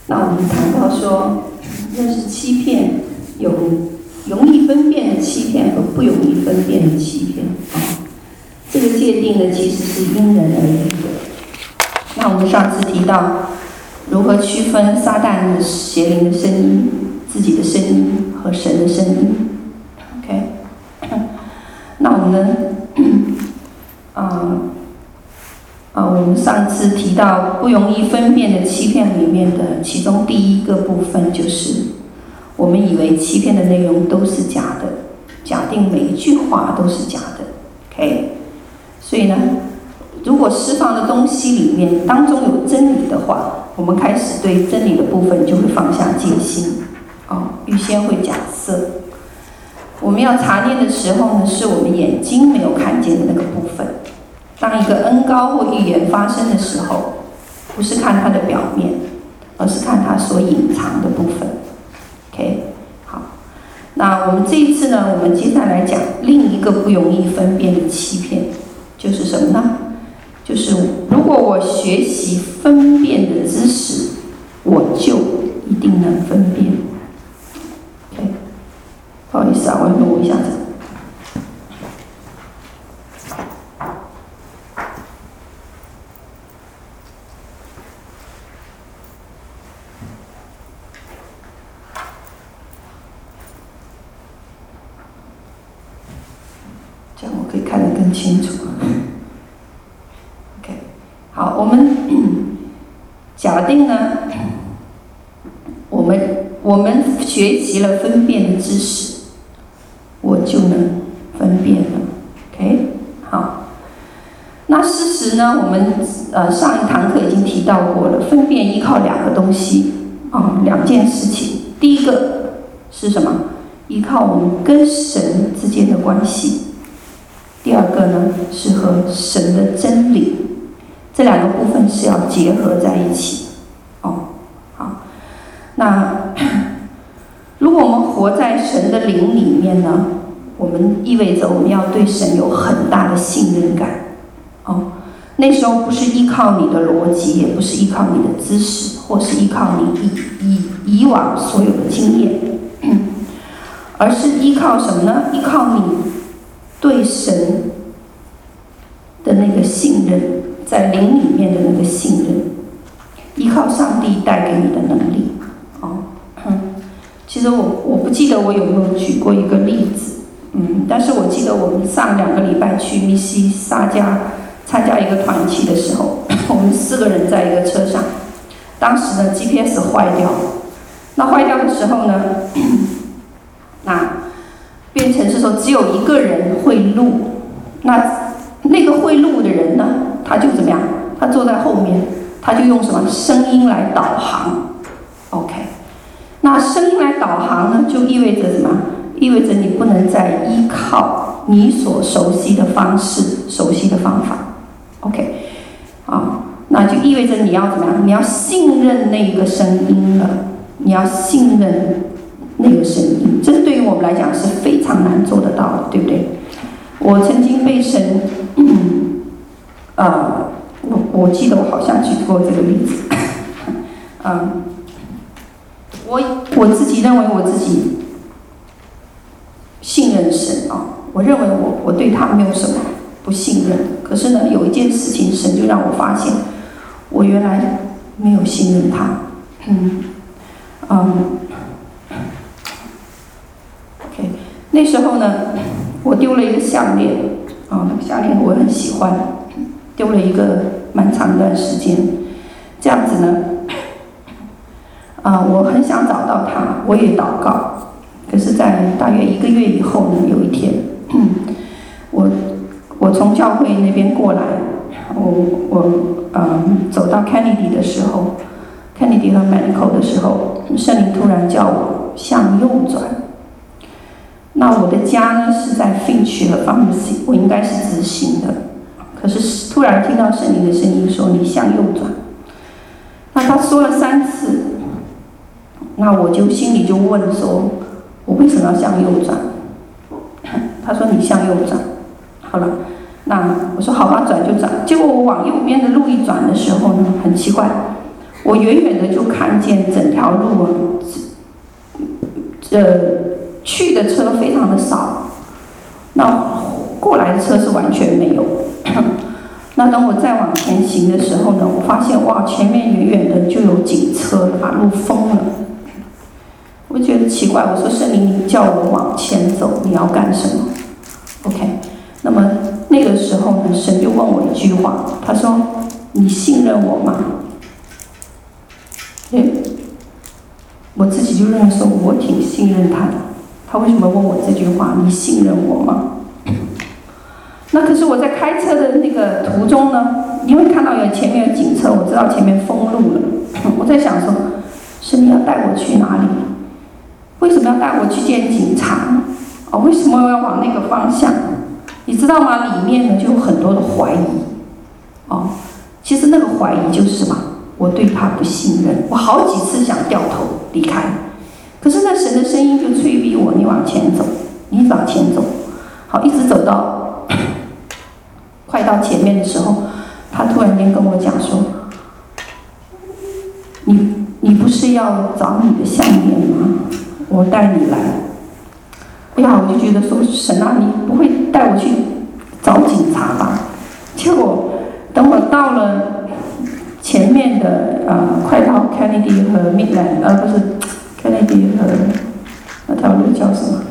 那我们谈到说，那是欺骗，有容易分辨的欺骗和不容易分辨的欺骗这个界定呢，其实是因人而异的。那我们上次提到如何区分撒旦的邪灵的声音、自己的声音和神的声音。OK， 那我们我们上次提到不容易分辨的欺骗里面的其中第一个部分，就是我们以为欺骗的内容都是假的，假定每一句话都是假的。OK， 所以呢，如果释放的东西里面当中有真理的话，我们开始对真理的部分就会放下戒心，预先会假设。我们要查念的时候呢，是我们眼睛没有看见的那个部分。当一个恩膏或预言发生的时候，不是看它的表面，而是看它所隐藏的部分。OK， 好，那我们这一次呢，我们接下来讲另一个不容易分辨的欺骗，就是什么呢？就是如果我学习分辨的知识，我就一定能分辨。OK， 不好意思啊，我要挪一下子。这样我可以看得更清楚。OK， 好，我们假定呢，我们学习了分辨的知识，我就能分辨了。OK， 好。那事实呢，我们上一堂课已经提到过了，分辨依靠两个东西两件事情。第一个是什么？依靠我们跟神之间的关系。第二个呢，是和神的真理，这两个部分是要结合在一起。好，那如果我们活在神的灵里面呢，我们意味着我们要对神有很大的信任感。那时候不是依靠你的逻辑，也不是依靠你的知识，或是依靠你以往所有的经验，而是依靠什么呢？依靠你对神的那个信任，在灵里面的那个信任，依靠上帝带给你的能力。其实我不记得我有没有举过一个例子，但是我记得我们上2个礼拜去密西沙加参加一个团契的时候，我们4个人在一个车上，当时呢 GPS 坏掉了，那坏掉的时候呢，那变成是说只有一个人会录，那个会录的人呢，他就怎么样？他坐在后面，他就用什么声音来导航。OK， 那声音来导航呢，就意味着什么？意味着你不能再依靠你所熟悉的方式、熟悉的方法。OK， 那就意味着你要怎么样？你要信任那个声音了，你要信任那个声音，这对于我们来讲是非常难做得到的，对不对？我曾经被神，我记得我好像举过这个例子，我自己认为我自己信任神我认为我对他没有什么不信任，可是呢，有一件事情神就让我发现，我原来没有信任他。OK， 那时候呢，我丢了一个项链，那个项链我很喜欢，丢了一个蛮长一段时间，这样子呢，我很想找到他，我也祷告，可是，在大约1个月以后呢，有一天，我从教会那边过来，我走到 Kennedy 的时候 ，Kennedy 和 Medical 的时候，圣灵突然叫我向右转。那我的家呢是在 Finch 和 Pharmacy， 我应该是直行的，可是突然听到圣灵的声音说你向右转。那他说了3次，那我就心里就问说，我为什么要向右转？他说你向右转。好了，那我说好吧，转就转。结果我往右边的路一转的时候呢，很奇怪， 我远远的就看见整条路去的车非常的少，那过来的车是完全没有。那等我再往前行的时候呢，我发现哇，前面远远的就有警车了，把路封了。我觉得奇怪，我说圣灵，你叫我往前走，你要干什么 ？OK， 那么那个时候呢，神就问我一句话，他说：“你信任我吗？”我自己就认为说，我挺信任他的。他为什么问我这句话？你信任我吗？那可是我在开车的那个途中呢，因为看到前面有警车，我知道前面封路了。我在想说，神你要带我去哪里？为什么要带我去见警察？为什么我要往那个方向？你知道吗？里面呢就有很多的怀疑。其实那个怀疑就是什么？我对他不信任。我好几次想掉头离开，可是那神的声音就催逼我：你往前走，你往前走。好，一直走到快到前面的时候，他突然间跟我讲说：“你不是要找你的项链吗？我带你来。”哎呀，我就觉得说，神啊，你不会带我去找警察吧？结果等我到了前面的快到 Kennedy 和 Midland， 不是 Kennedy 和那条路叫什么？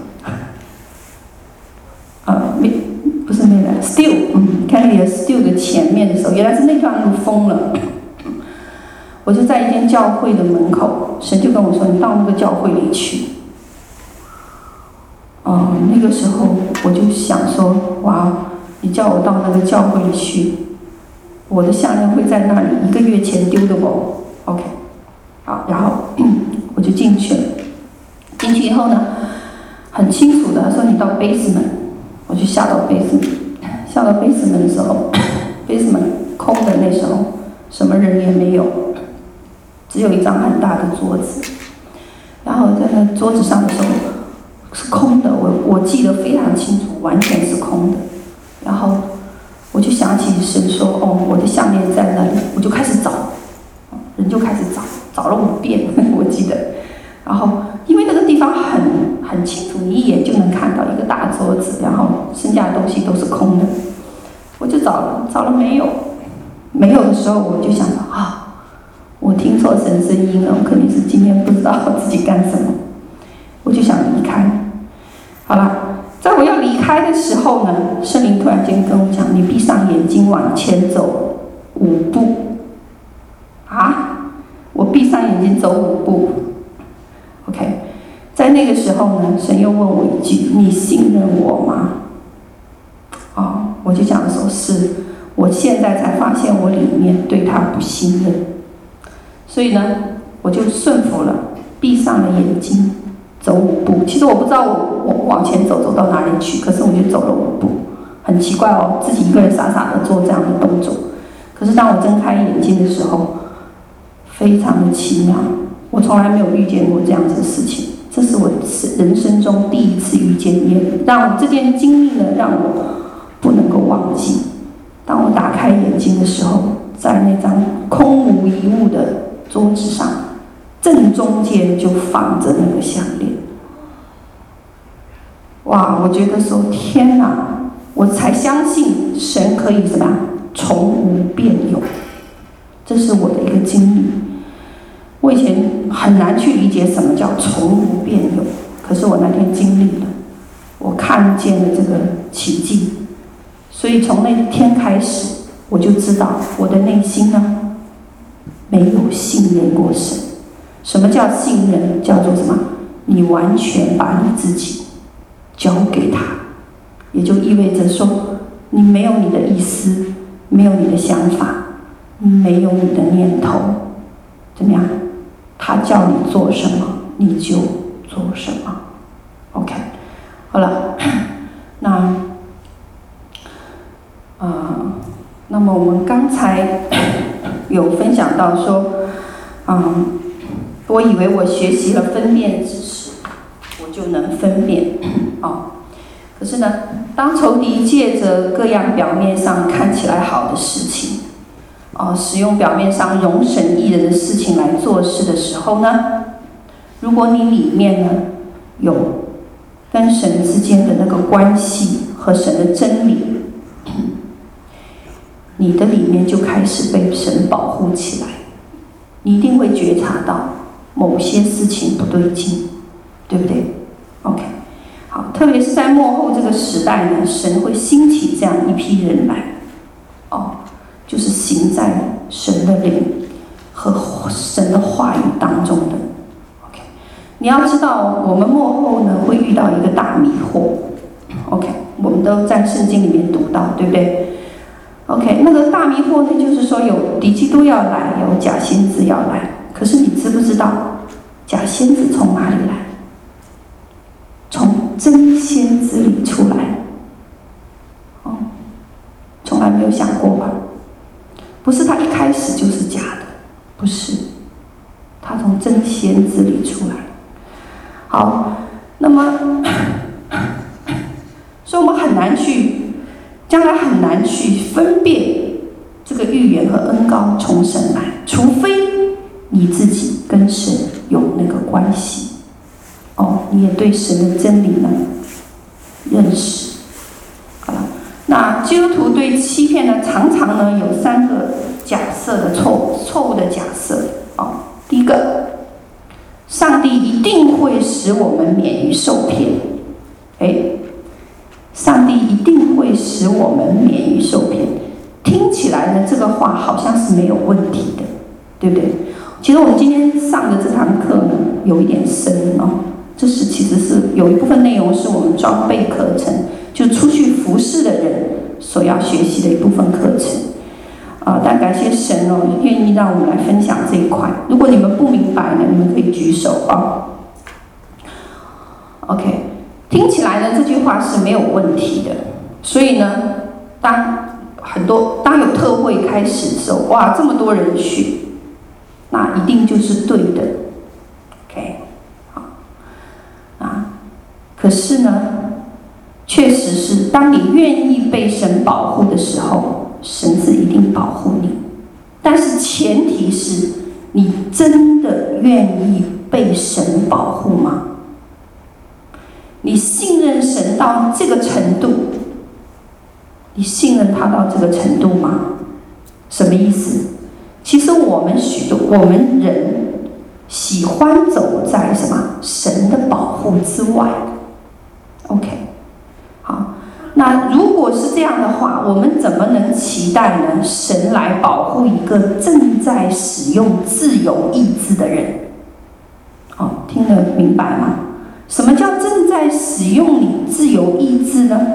不是 Midland，Still，Kennedy 和 Still 的前面的时候，原来是那段路封了。我就在一间教会的门口，神就跟我说：“你到那个教会里去。”那个时候我就想说：“哇，你叫我到那个教会里去，我的项链会在那里1个月前丢的哦。”OK， 好，然后我就进去了。进去以后呢，很清楚的，他说：“你到 basement。”我就下到 basement， 下到 basement 的时候，basement 空的，那时候什么人也没有，只有一张很大的桌子。然后在那桌子上的时候是空的，我记得非常清楚，完全是空的。然后我就想起神说：“我的项链在那里。”我就开始找，人就开始找了5遍，我记得。然后因为那个地方很清楚，你一眼就能看到一个大桌子，然后剩下的东西都是空的。我就找了没有的时候，我就想到我听错神声音了，我肯定是今天不知道自己干什么，我就想离开。好了，在我要离开的时候呢，圣灵突然间跟我讲：“你闭上眼睛往前走5步。”我闭上眼睛走5步。OK， 在那个时候呢，神又问我一句：“你信任我吗？”我就讲说：“是。”我现在才发现我里面对他不信任，所以呢，我就顺服了，闭上了眼睛，走5步。其实我不知道我往前走到哪里去，可是我就走了5步，很奇怪自己一个人傻傻的做这样的动作。可是当我睁开眼睛的时候，非常的奇妙，我从来没有遇见过这样子的事情，这是我人生中第一次遇见，也让我这件经历呢，让我不能够忘记。当我打开眼睛的时候，在那张空无一物的桌子上，正中间就放着那个项链。哇！我觉得说天哪，我才相信神可以怎么样从无变有，这是我的一个经历。我以前很难去理解什么叫从无变有，可是我那天经历了，我看见了这个奇迹。所以从那天开始，我就知道我的内心呢，没有信任过神。什么叫信任？叫做什么？你完全把你自己交给他，也就意味着说，你没有你的意思，没有你的想法，没有你的念头，怎么样？他叫你做什么，你就做什么。OK， 好了，那么我们刚才有分享到说，我以为我学习了分辨知识，我就能分辨，可是呢，当仇敌借着各样表面上看起来好的事情， 使用表面上容神益人的事情来做事的时候呢，如果你里面呢有跟神之间的那个关系和神的真理，你的里面就开始被神保护起来，你一定会觉察到某些事情不对劲，对不对 ？OK， 好，特别是在末后这个时代呢，神会兴起这样一批人来，就是行在神的灵和神的话语当中的。OK， 你要知道，我们末后呢会遇到一个大迷惑。OK， 我们都在圣经里面读到，对不对？ OK， 那个大迷惑呢，就是说有敌基督要来，有假先知要来。可是你知不知道，假先知从哪里来？从真先知里出来。从来没有想过吧？不是他一开始就是假的，不是，他从真先知里出来。好，那么，所以我们很难去。将来很难去分辨这个预言和恩膏从神来，除非你自己跟神有那个关系，你也对神的真理呢认识。好了，那基督徒对欺骗呢，常常呢有3个假设的错误的假设。第一个，上帝一定会使我们免于受骗。上帝一定会使我们免于受骗，听起来呢，这个话好像是没有问题的，对不对？其实我们今天上的这堂课呢，有一点深这是其实是有一部分内容是我们装备课程，就出去服侍的人所要学习的一部分课程。但感谢神愿意让我们来分享这一块。如果你们不明白呢，你们可以举手OK。听起来呢，这句话是没有问题的。所以呢，当有特会开始的时候，哇，这么多人去，那一定就是对的。OK， 好，可是呢，确实是当你愿意被神保护的时候，神是一定保护你。但是前提是你真的愿意被神保护吗？你信任神到这个程度，你信任他到这个程度吗？什么意思？其实我们人喜欢走在什么神的保护之外。OK， 好，那如果是这样的话，我们怎么能期待呢？神来保护一个正在使用自由意志的人？听得明白吗？什么叫正在使用你自由意志呢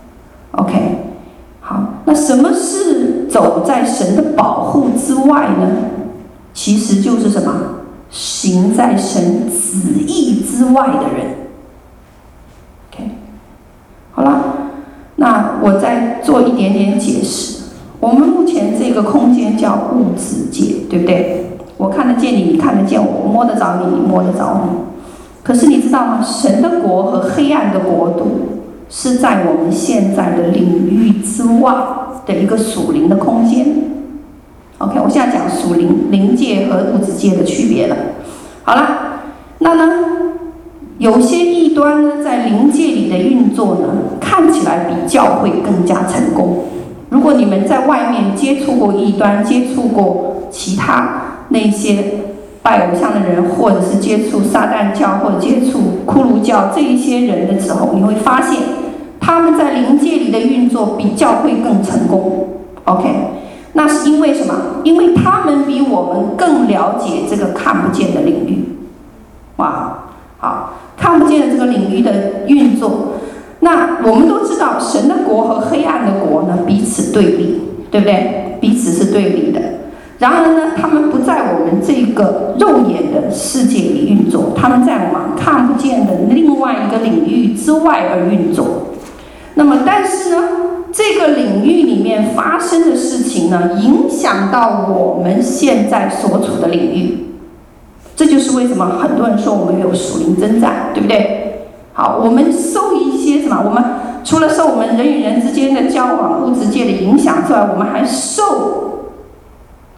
？OK， 好，那什么是走在神的保护之外呢？其实就是什么？行在神旨意之外的人。OK， 好了，那我再做一点点解释。我们目前这个空间叫物质界，对不对？我看得见你，你看得见我，我摸得着你，你摸得着你。可是你知道吗？神的国和黑暗的国度是在我们现在的领域之外的一个属灵的空间。OK， 我现在讲属灵界和物质界的区别了。好了，那呢，有些异端呢，在灵界里的运作呢，看起来比教会更加成功。如果你们在外面接触过异端，接触过其他那些拜偶像的人，或者是接触撒旦教或者接触骷髅教这一些人的时候，你会发现他们在灵界里的运作比教会更成功。 OK， 那是因为什么？因为他们比我们更了解这个看不见的领域。哇，好，看不见的这个领域的运作，那我们都知道神的国和黑暗的国呢彼此对立，对不对？彼此是对立的。然而呢，他们不在我们这个肉眼的世界里运作，他们在我们看不见的另外一个领域之外而运作。那么，但是呢，这个领域里面发生的事情呢，影响到我们现在所处的领域。这就是为什么很多人说我们有属灵征战，对不对？好，我们受一些什么？我们除了受我们人与人之间的交往、物质界的影响之外，我们还受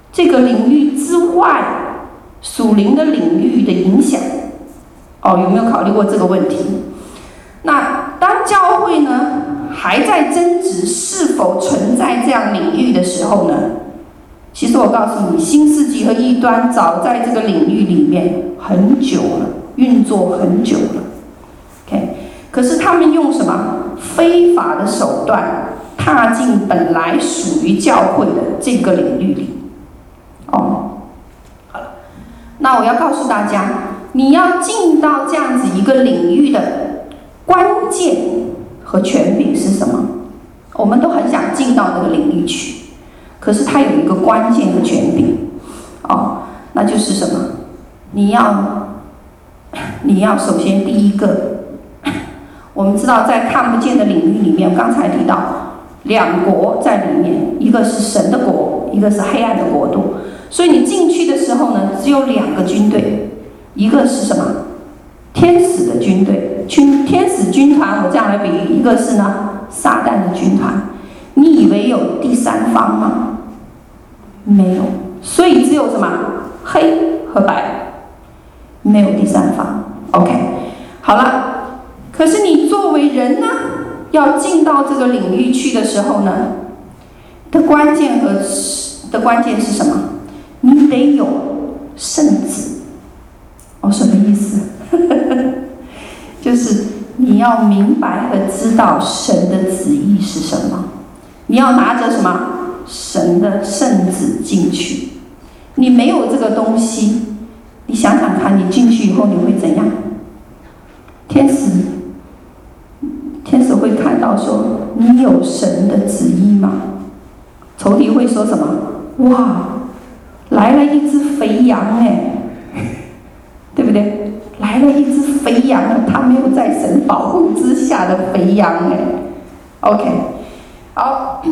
这个领域之外，属灵的领域的影响。有没有考虑过这个问题？那当教会呢还在争执是否存在这样领域的时候呢，其实我告诉你，新世纪和异端早在这个领域里面很久了，运作很久了。OK， 可是他们用什么非法的手段踏进本来属于教会的这个领域里？好了，那我要告诉大家，你要进到这样子一个领域的关键和权柄是什么？我们都很想进到那个领域去，可是它有一个关键的权柄，那就是什么？你要首先第一个，我们知道在看不见的领域里面，刚才提到两国在里面，一个是神的国，一个是黑暗的国度。所以你进去的时候呢，只有两个军队，一个是什么？天使的军队，天使军团，我这样来比喻，一个是呢撒旦的军团。你以为有第三方吗？没有，所以只有什么黑和白，没有第三方。OK， 好了，可是你作为人呢，要进到这个领域去的时候呢，的关键是什么？你得有圣子。什么意思？就是你要明白和知道神的旨意是什么。你要拿着什么？神的圣子进去。你没有这个东西，你想想看，你进去以后你会怎样？天使会看到说，你有神的旨意吗？仇敌会说什么？哇，来了一只肥羊对不对？来了一只肥羊，它没有在神保护之下的肥羊OK， 好，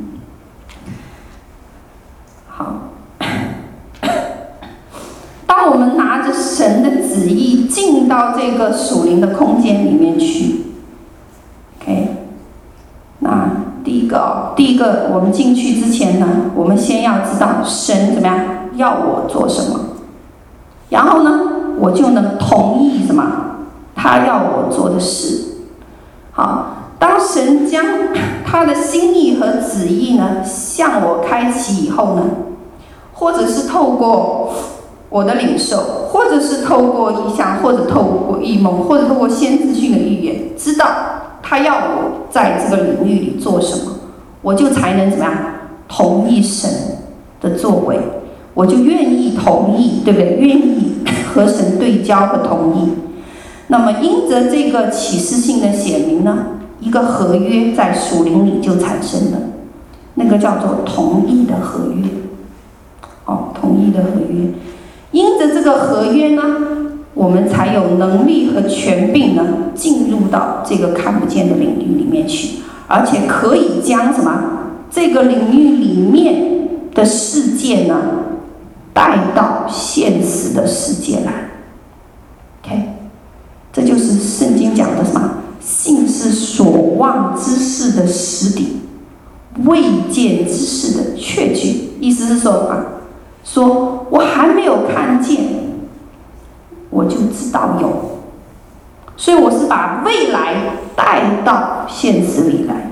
当我们拿着神的旨意进到这个属灵的空间里面去 ，OK， 那第一个，我们进去之前呢，我们先要知道神怎么样要我做什么，然后呢，我就能同意什么他要我做的事。好，当神将他的心意和旨意呢向我开启以后呢，或者是透过我的领受，或者是透过异象，或者透过异梦，或者透过先知性的预言，知道他要我在这个领域里做什么，我就才能怎么样同意神的作为，我就愿意同意，对不对？愿意和神对焦和同意。那么因着这个启示性的显明呢，一个合约在属灵里就产生了，那个叫做同意的合约。同意的合约。因着这个合约呢，我们才有能力和权柄呢，进入到这个看不见的领域里面去，而且可以将什么这个领域里面的世界呢，带到现实的世界来。OK， 这就是圣经讲的什么？信是所望之事的实底，未见之事的确据。意思是说说我还没有看见，我就知道有，所以我是把未来带到现实里来。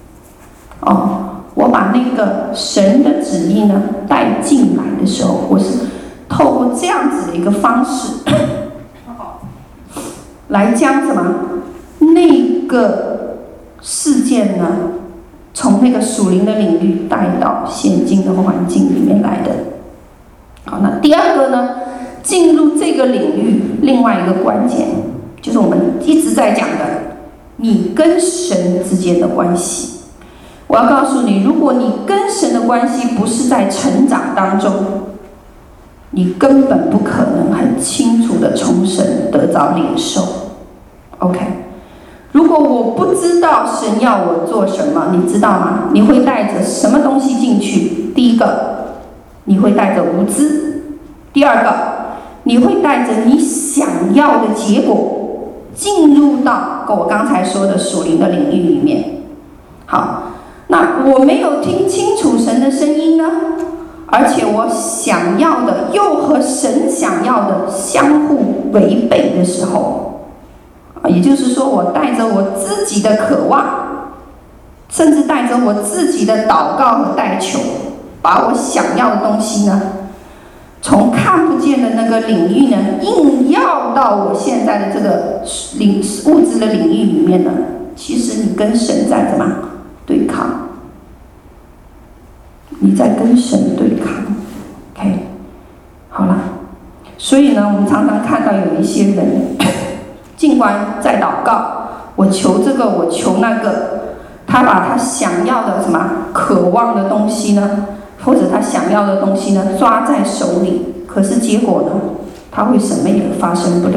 我把那个神的旨意呢带进来的时候，我是透过这样子的一个方式，来将什么那个事件呢，从那个属灵的领域带到现今的环境里面来的。好，那第二个呢，进入这个领域，另外一个关键就是我们一直在讲的，你跟神之间的关系。我要告诉你，如果你跟神的关系不是在成长当中，你根本不可能很清楚的从神得着领受。OK， 如果我不知道神要我做什么，你知道吗？你会带着什么东西进去？第一个，你会带着无知；第二个，你会带着你想要的结果进入到我刚才说的属灵的领域里面。好，那我没有听清楚神的声音呢， 而且我想要的又和神想要的相互违背的时候，也就是说，我带着我自己的渴望，甚至带着我自己的祷告和代求，把我想要的东西呢，从看不见的那个领域呢，硬要到我现在的这个物质的领域里面呢，其实你跟神在怎么对抗？你在跟神对抗 ，OK， 好了。所以呢，我们常常看到有一些人，尽管在祷告，我求这个，我求那个，他把他想要的什么渴望的东西呢，或者他想要的东西呢，抓在手里，可是结果呢，他会什么也发生不了。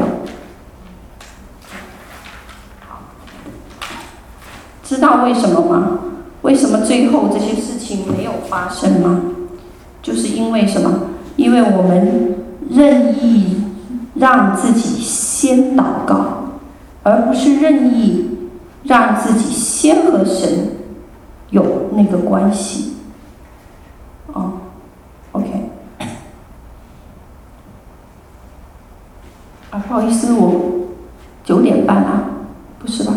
知道为什么吗？为什么最后这些事情没有发生吗？就是因为什么？因为我们任意让自己先祷告，而不是任意让自己先和神有那个关系。OK。不好意思，我9点半啊，不是吧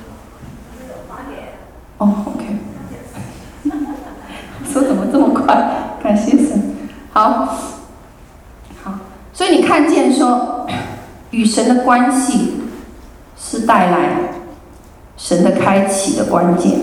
？OK。说怎么这么快？感谢神。好，所以你看见说，与神的关系是带来神的开启的关键。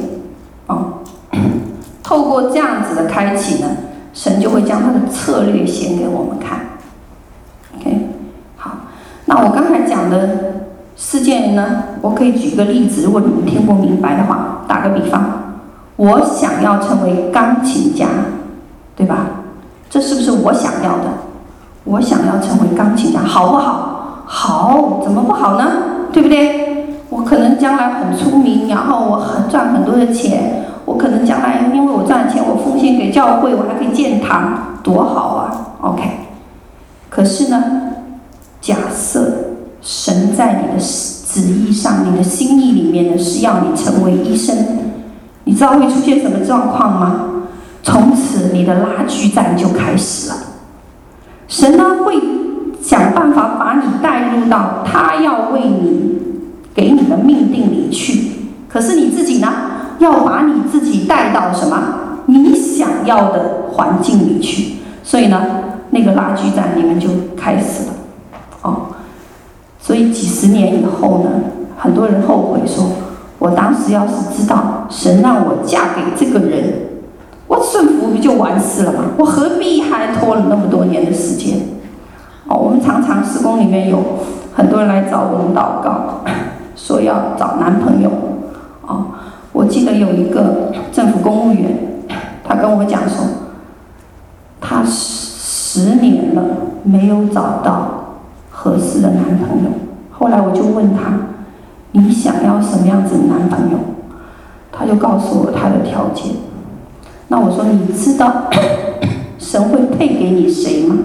透过这样子的开启呢，神就会将他的策略显给我们看。OK， 好，那我刚才讲的事件呢，我可以举个例子，如果你们听不明白的话，打个比方。我想要成为钢琴家，对吧？这是不是我想要的？我想要成为钢琴家，好不好？好，怎么不好呢？对不对？我可能将来很出名，然后我赚很多的钱，我可能将来因为我赚钱，我奉献给教会，我还可以建堂，多好啊 ！OK。可是呢，假设神在你的旨意上，你的心意里面呢，是要你成为医生。你知道会出现什么状况吗？从此你的拉锯战就开始了。神呢会想办法把你带入到他要为你给你的命定里去，可是你自己呢，要把你自己带到什么你想要的环境里去。所以呢，那个拉锯战你们就开始了。所以几十年以后呢，很多人后悔说，我当时要是知道神让我嫁给这个人，我顺服不就完事了吗？我何必还拖了那么多年的时间？我们常常事工里面有很多人来找我们祷告，说要找男朋友。我记得有一个政府公务员，他跟我讲说，他10年了没有找到合适的男朋友。后来我就问他，你想要什么样子的男朋友？他就告诉我他的条件。那我说，你知道神会配给你谁吗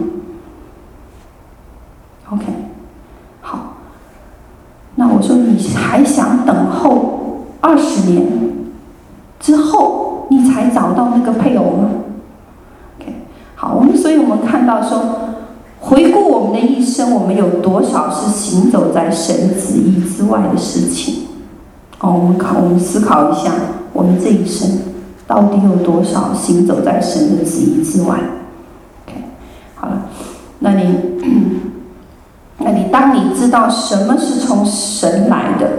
？OK， 好。那我说，你还想等候20年之后你才找到那个配偶吗 ？OK， 好，所以我们看到说，回顾我们的一生，我们有多少是行走在神旨意之外的事情？我们思考一下，我们这一生到底有多少行走在神的旨意之外 ？OK， 好了，那你当你知道什么是从神来的，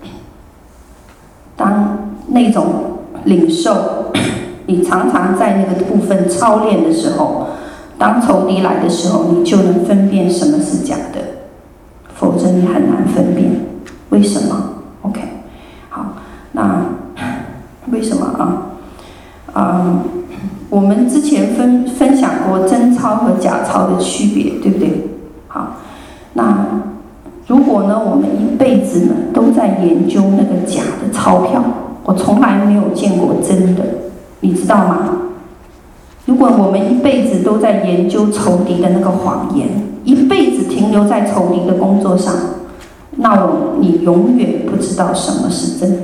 当那种领受，你常常在那个部分操练的时候，当仇敌来的时候，你就能分辨什么是假的，否则你很难分辨。为什么 ？OK， 好，那为什么啊？我们之前分享过真钞和假钞的区别，对不对？好，那如果呢，我们一辈子呢都在研究那个假的钞票，我从来没有见过真的，你知道吗？如果我们一辈子都在研究仇敌的那个谎言，一辈子停留在仇敌的工作上，那你永远不知道什么是真的。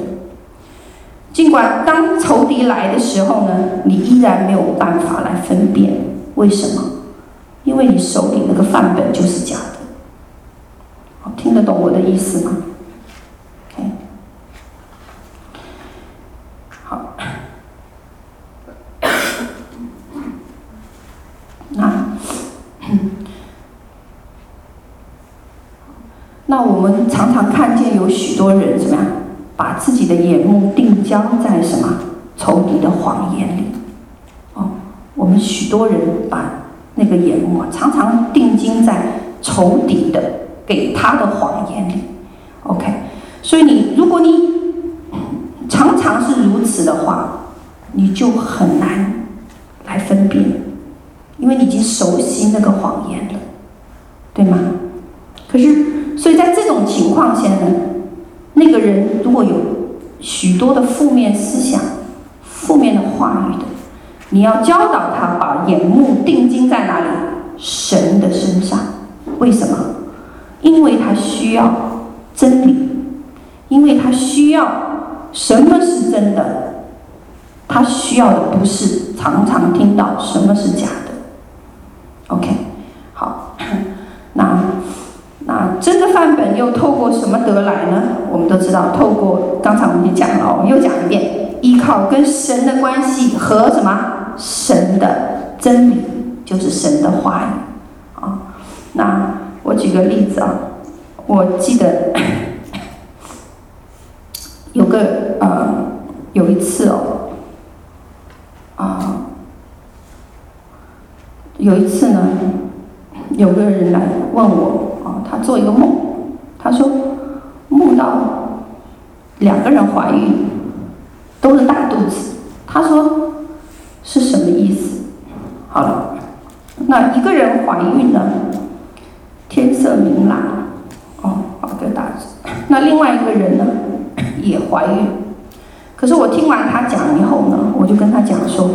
尽管当仇敌来的时候呢，你依然没有办法来分辨为什么？因为你手里那个范本就是假的。听得懂我的意思吗？ OK， 好，那我们常常看见有许多人怎么样，把自己的眼目定焦在什么仇敌的谎言里。我们许多人把那个眼目常常定睛在仇敌的给他的谎言里。OK， 所以如果你常常是如此的话，你就很难来分辨，因为你已经熟悉那个谎言了，对吗？可是，所以在这种情况下呢，那个人如果有许多的负面思想、负面的话语的，你要教导他把眼目定睛在哪里？神的身上。为什么？因为他需要真理，因为他需要什么是真的，他需要的不是常常听到什么是假的。OK， 好，那这个范本又透过什么得来呢？我们都知道，透过刚才我们也讲了，我们又讲一遍，依靠跟神的关系和什么？神的真理，就是神的话语啊。那我举个例子啊，我记得有一次有一次呢，有个人来问我他做一个梦，他说梦到2个人怀孕，都是大肚子。他说是什么意思？好了，那一个人怀孕呢，天色明朗，好个大字。那另外一个人呢，也怀孕。可是我听完他讲以后呢，我就跟他讲说，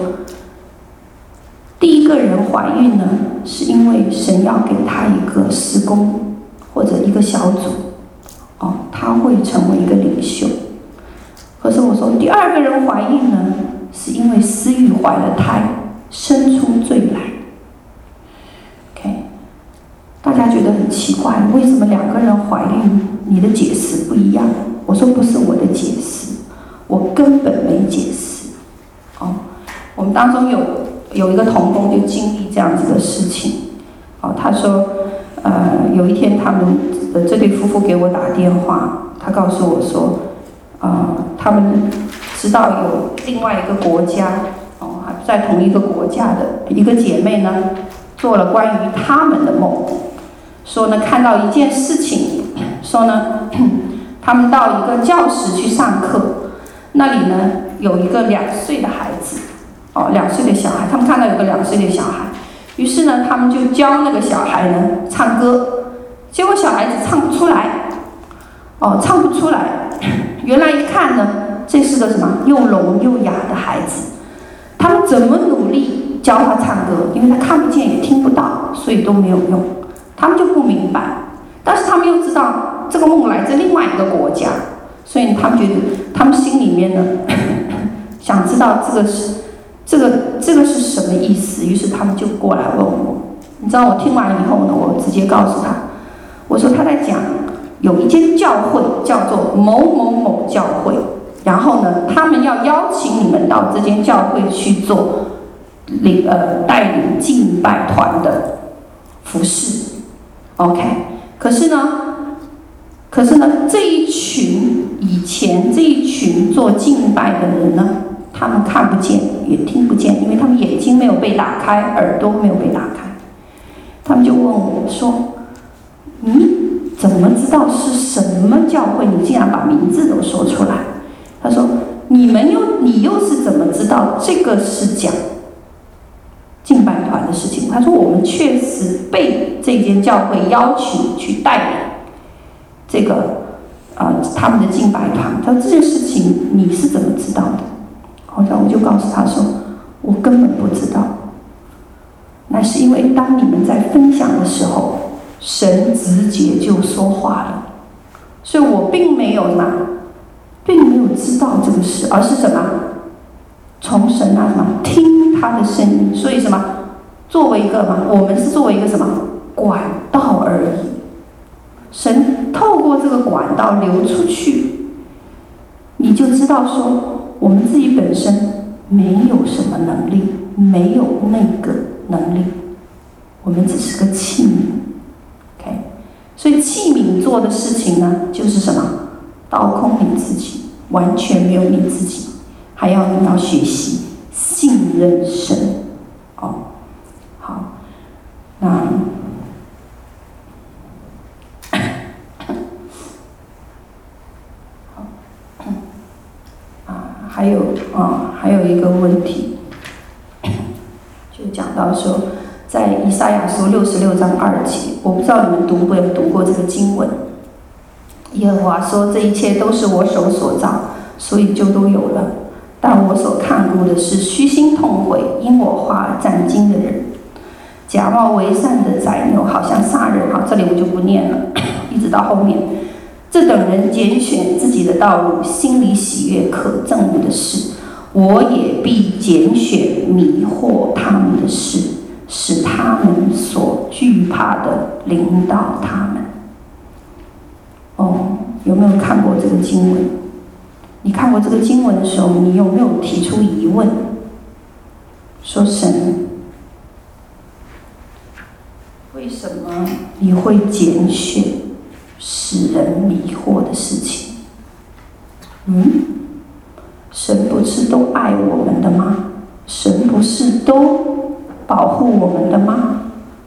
第一个人怀孕呢，是因为神要给他一个事工或者一个小组，他会成为一个领袖。可是我说第2个人怀孕呢，是因为私欲怀了胎，生出罪来。OK， 大家觉得很奇怪，为什么2个人怀孕，你的解释不一样？我说不是我的解释，我根本没解释。我们当中有一个同工就经历这样子的事情。他说，有一天他们这对夫妇给我打电话，他告诉我说，他们知道有另外一个国家，还在同一个国家的一个姐妹呢，做了关于他们的梦，说呢看到一件事情，说呢他们到一个教室去上课，那里呢有一个2岁的孩子，2岁的小孩，他们看到有个2岁的小孩，于是呢他们就教那个小孩呢唱歌，结果小孩子唱不出来，唱不出来。原来一看呢，这是个什么又聋又哑的孩子，他们怎么努力教他唱歌，因为他看不见也听不到，所以都没有用，他们就不明白。但是他们又知道这个梦来自另外一个国家，所以他们觉得他们心里面呢想知道这个是什么意思，于是他们就过来问我。你知道我听完以后呢，我直接告诉他，我说他在讲有一间教会叫做某某某教会，然后呢他们要邀请你们到这间教会去做带领敬拜团的服事。 OK， 可是呢这一群做敬拜的人呢，他们看不见也听不见，因为他们眼睛没有被打开，耳朵没有被打开。他们就问我说，你怎么知道是什么教会？你竟然把名字都说出来。他说你又是怎么知道这个是讲敬拜团的事情？他说我们确实被这间教会邀请去带领这个他们的敬拜团。他说这件事情你是怎么知道的？好像我就告诉他说，我根本不知道，那是因为当你们在分享的时候，神直接就说话了，所以我并没有知道这个事，而是什么？从神听他的声音，所以什么？ 作为一个嘛，我们是作为一个什么管道而已。神透过这个管道流出去，你就知道说，我们自己本身没有什么能力，没有那个能力，我们只是个器皿。OK， 所以器皿做的事情呢，就是什么？倒空你自己，完全没有你自己，还要你要学习信任神。哦，好，那还有一个问题，就讲到说，在以赛亚书66章2节，我不知道你们读没有读过这个经文。耶和华说：“这一切都是我手所造，所以就都有了。但我所看顾的是虚心痛悔、因我话而战惊的人。假冒为善的宰牛，好像杀人。”好，这里我就不念了，一直到后面。这等人拣选自己的道路，心里喜悦可憎恶的事，我也必拣选迷惑他们的事，使他们所惧怕的领导他们。哦，有没有看过这个经文？你看过这个经文的时候，你有没有提出疑问？说神，为什么你会拣选使人迷惑的事情？神不是都爱我们的吗？神不是都保护我们的吗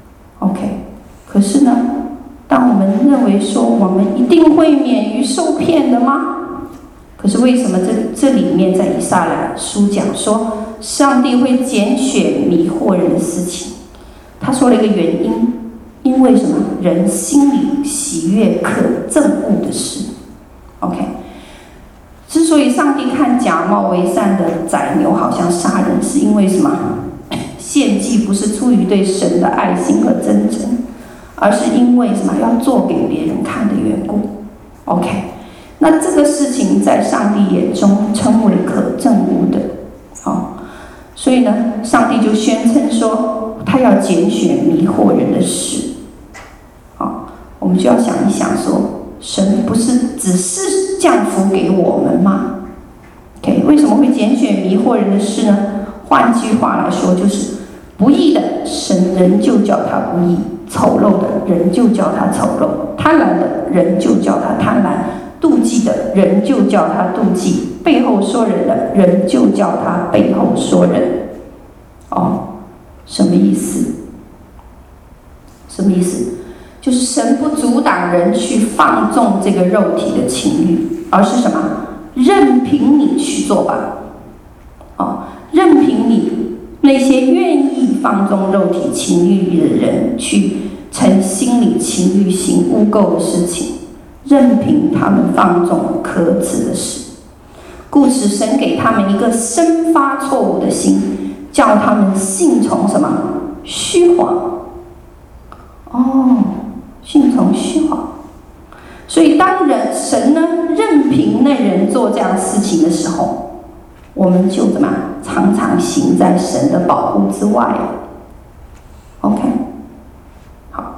？OK， 可是呢，当我们认为说我们一定会免于受骗的吗？可是为什么这里面在以赛亚书讲说，上帝会拣选迷惑人的事情？他说了一个原因，因为什么？人心里喜悦可憎恶的事。OK， 之所以上帝看假冒为善的宰牛好像杀人，是因为什么？献祭不是出于对神的爱心和真诚，而是因为什么？要做给别人看的缘故。OK， 那这个事情在上帝眼中称为可憎恶的。好，所以呢，上帝就宣称说，他要拣选迷惑人的事。好，我们就要想一想说，神不是只是降福给我们吗 ？OK， 为什么会拣选迷惑人的事呢？换句话来说，就是不义的神人就叫他不义，丑陋的人就叫他丑陋，贪婪的人就叫他贪婪，妒忌的人就叫他妒忌，背后说人的人就叫他背后说人。哦，什么意思？什么意思？就是神不阻挡人去放纵这个肉体的情欲，而是什么？任凭你去做吧。哦，任凭你那些愿意放纵肉体情欲的人去逞心理情欲行污垢的事情，任凭他们放纵可耻的事。故此，神给他们一个生发错误的心，叫他们信从什么？虚谎。哦，信从虚谎。所以当神呢任凭那人做这样事情的时候，我们就怎么样？常常行在神的保护之外。OK， 好。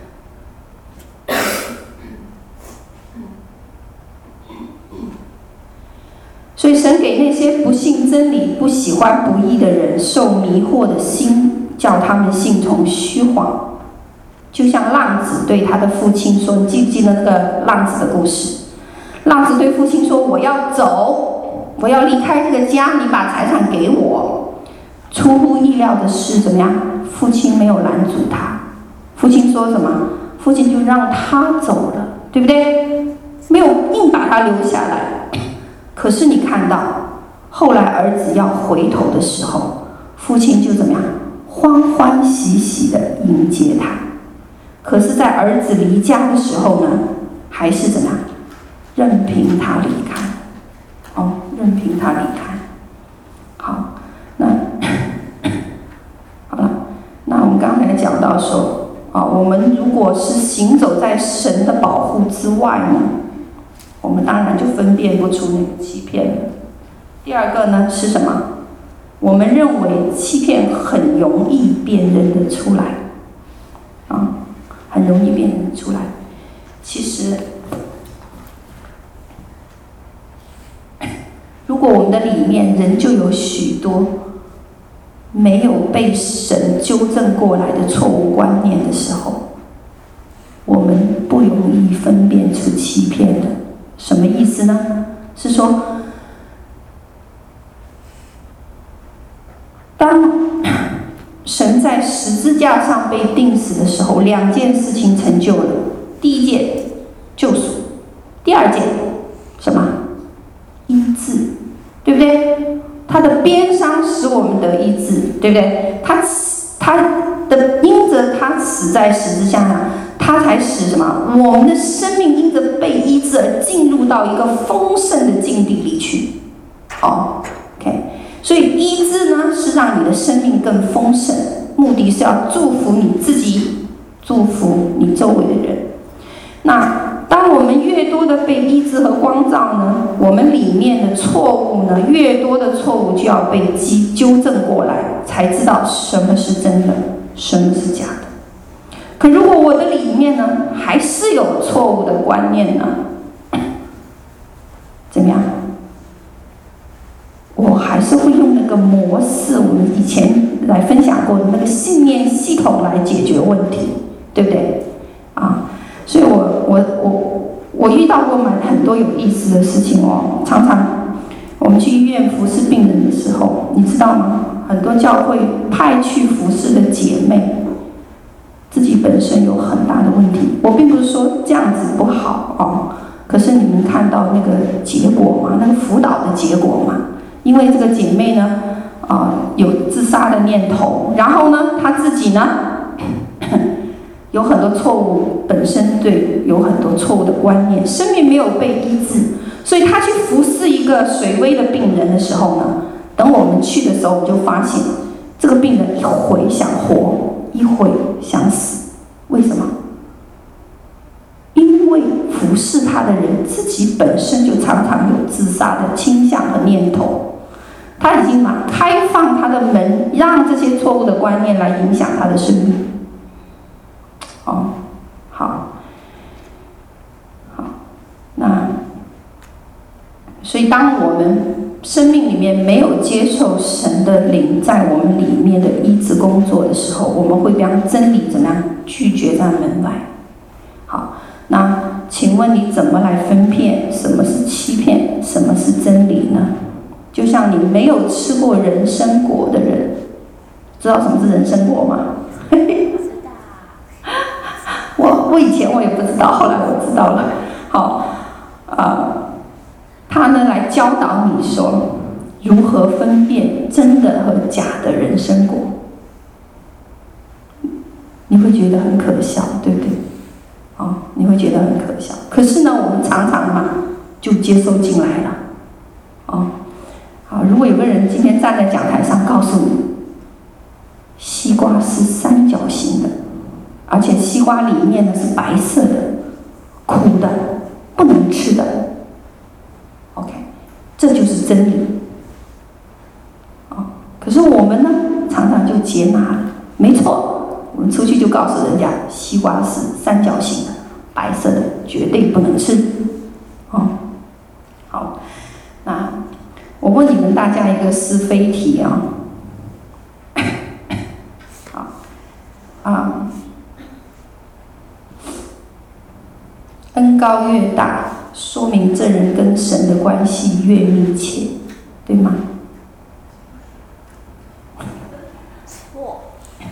所以神给那些不信真理、不喜欢不义的人受迷惑的心，叫他们信从虚谎。就像浪子对他的父亲说，你记不记得那个浪子的故事？浪子对父亲说：“我要走，我要离开这个家，你把财产给我。”出乎意料的是怎么样？父亲没有拦阻他。父亲说什么？父亲就让他走了，对不对？没有硬把他留下来。可是你看到，后来儿子要回头的时候，父亲就怎么样？欢欢喜喜地迎接他。可是，在儿子离家的时候呢，还是怎么样？任凭他离开。哦，任凭他离开。好，好了，那我们刚才讲到说，我们如果是行走在神的保护之外呢，我们当然就分辨不出那个欺骗了。第二个呢是什么？ 我们认为欺骗很容易辨认得出来，很容易辨认出来。其实，如果我们的里面仍旧有许多没有被神纠正过来的错误观念的时候，我们不容易分辨出欺骗的。什么意思呢？是说，当神在十字架上被钉死的时候，两件事情成就了。第一件，救赎；第二件，什么？医治，对不对？他的鞭伤使我们得医治，对不对？他的因着他死在十字架上，他才使什么？我们的生命因着被医治而进入到一个丰盛的境地里去。OK， 所以医治呢是让你的生命更丰盛，目的是要祝福你自己，祝福你周围的人。那当我们越多的被医治和光照呢，我们里面的错误呢，越多的错误就要被纠正过来，才知道什么是真的，什么是假的。可如果我的里面呢，还是有错误的观念呢，怎么样？我还是会用那个模式，我们以前来分享过的那个信念系统来解决问题，对不对？所以我遇到过很多有意思的事情哦。常常我们去医院服侍病人的时候，你知道吗？很多教会派去服侍的姐妹，自己本身有很大的问题。我并不是说这样子不好可是你们看到那个结果吗？那个辅导的结果吗？因为这个姐妹呢，有自杀的念头，然后呢，她自己呢，有很多错误，本身对有很多错误的观念，生命没有被医治，所以她去服侍一个水微的病人的时候呢，等我们去的时候，我们就发现这个病人一会想活，一会想死，为什么？因为服侍他的人自己本身就常常有自杀的倾向和念头，他已经开放他的门，让这些错误的观念来影响他的生命。好，那所以当我们生命里面没有接受神的灵在我们里面的医治工作的时候，我们会将真理怎么样拒绝在门外。好，那请问你怎么来分辨什么是欺骗，什么是真理呢？就像你没有吃过人参果的人，知道什么是人参果吗？我以前我也不知道，后来我知道了。他呢来教导你说如何分辨真的和假的人参果，你会觉得很可笑，对不对？你会觉得很可笑。可是呢，我们常常就接收进来了。如果有个人今天站在讲台上告诉你，西瓜是三角形的，而且西瓜里面呢是白色的，苦的，不能吃的。OK， 这就是真理。可是我们呢，常常就接纳了，没错，我们出去就告诉人家，西瓜是三角形的，白色的，绝对不能吃。好，那我问你们大家一个是非题恩高越大，说明这人跟神的关系越密切，对吗？ 错。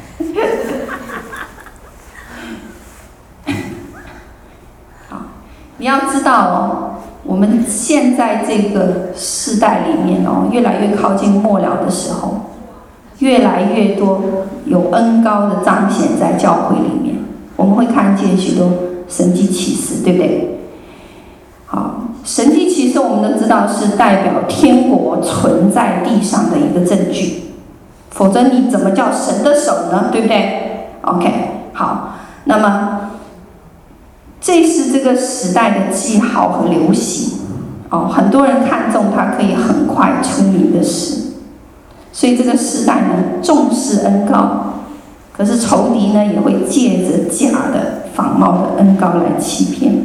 好，你要知道我们现在这个世代里面越来越靠近末了的时候，越来越多有恩高的彰显在教会里面，我们会看见许多神迹奇事，对不对？好，神迹奇事我们都知道是代表天国存在地上的一个证据，否则你怎么叫神的手呢？对不对 ？OK， 好，那么这是这个时代的记号和流行很多人看重它可以很快出名的事， 所以这个时代呢重视恩膏，可是仇敌呢也会借着假的仿冒的恩膏来欺骗。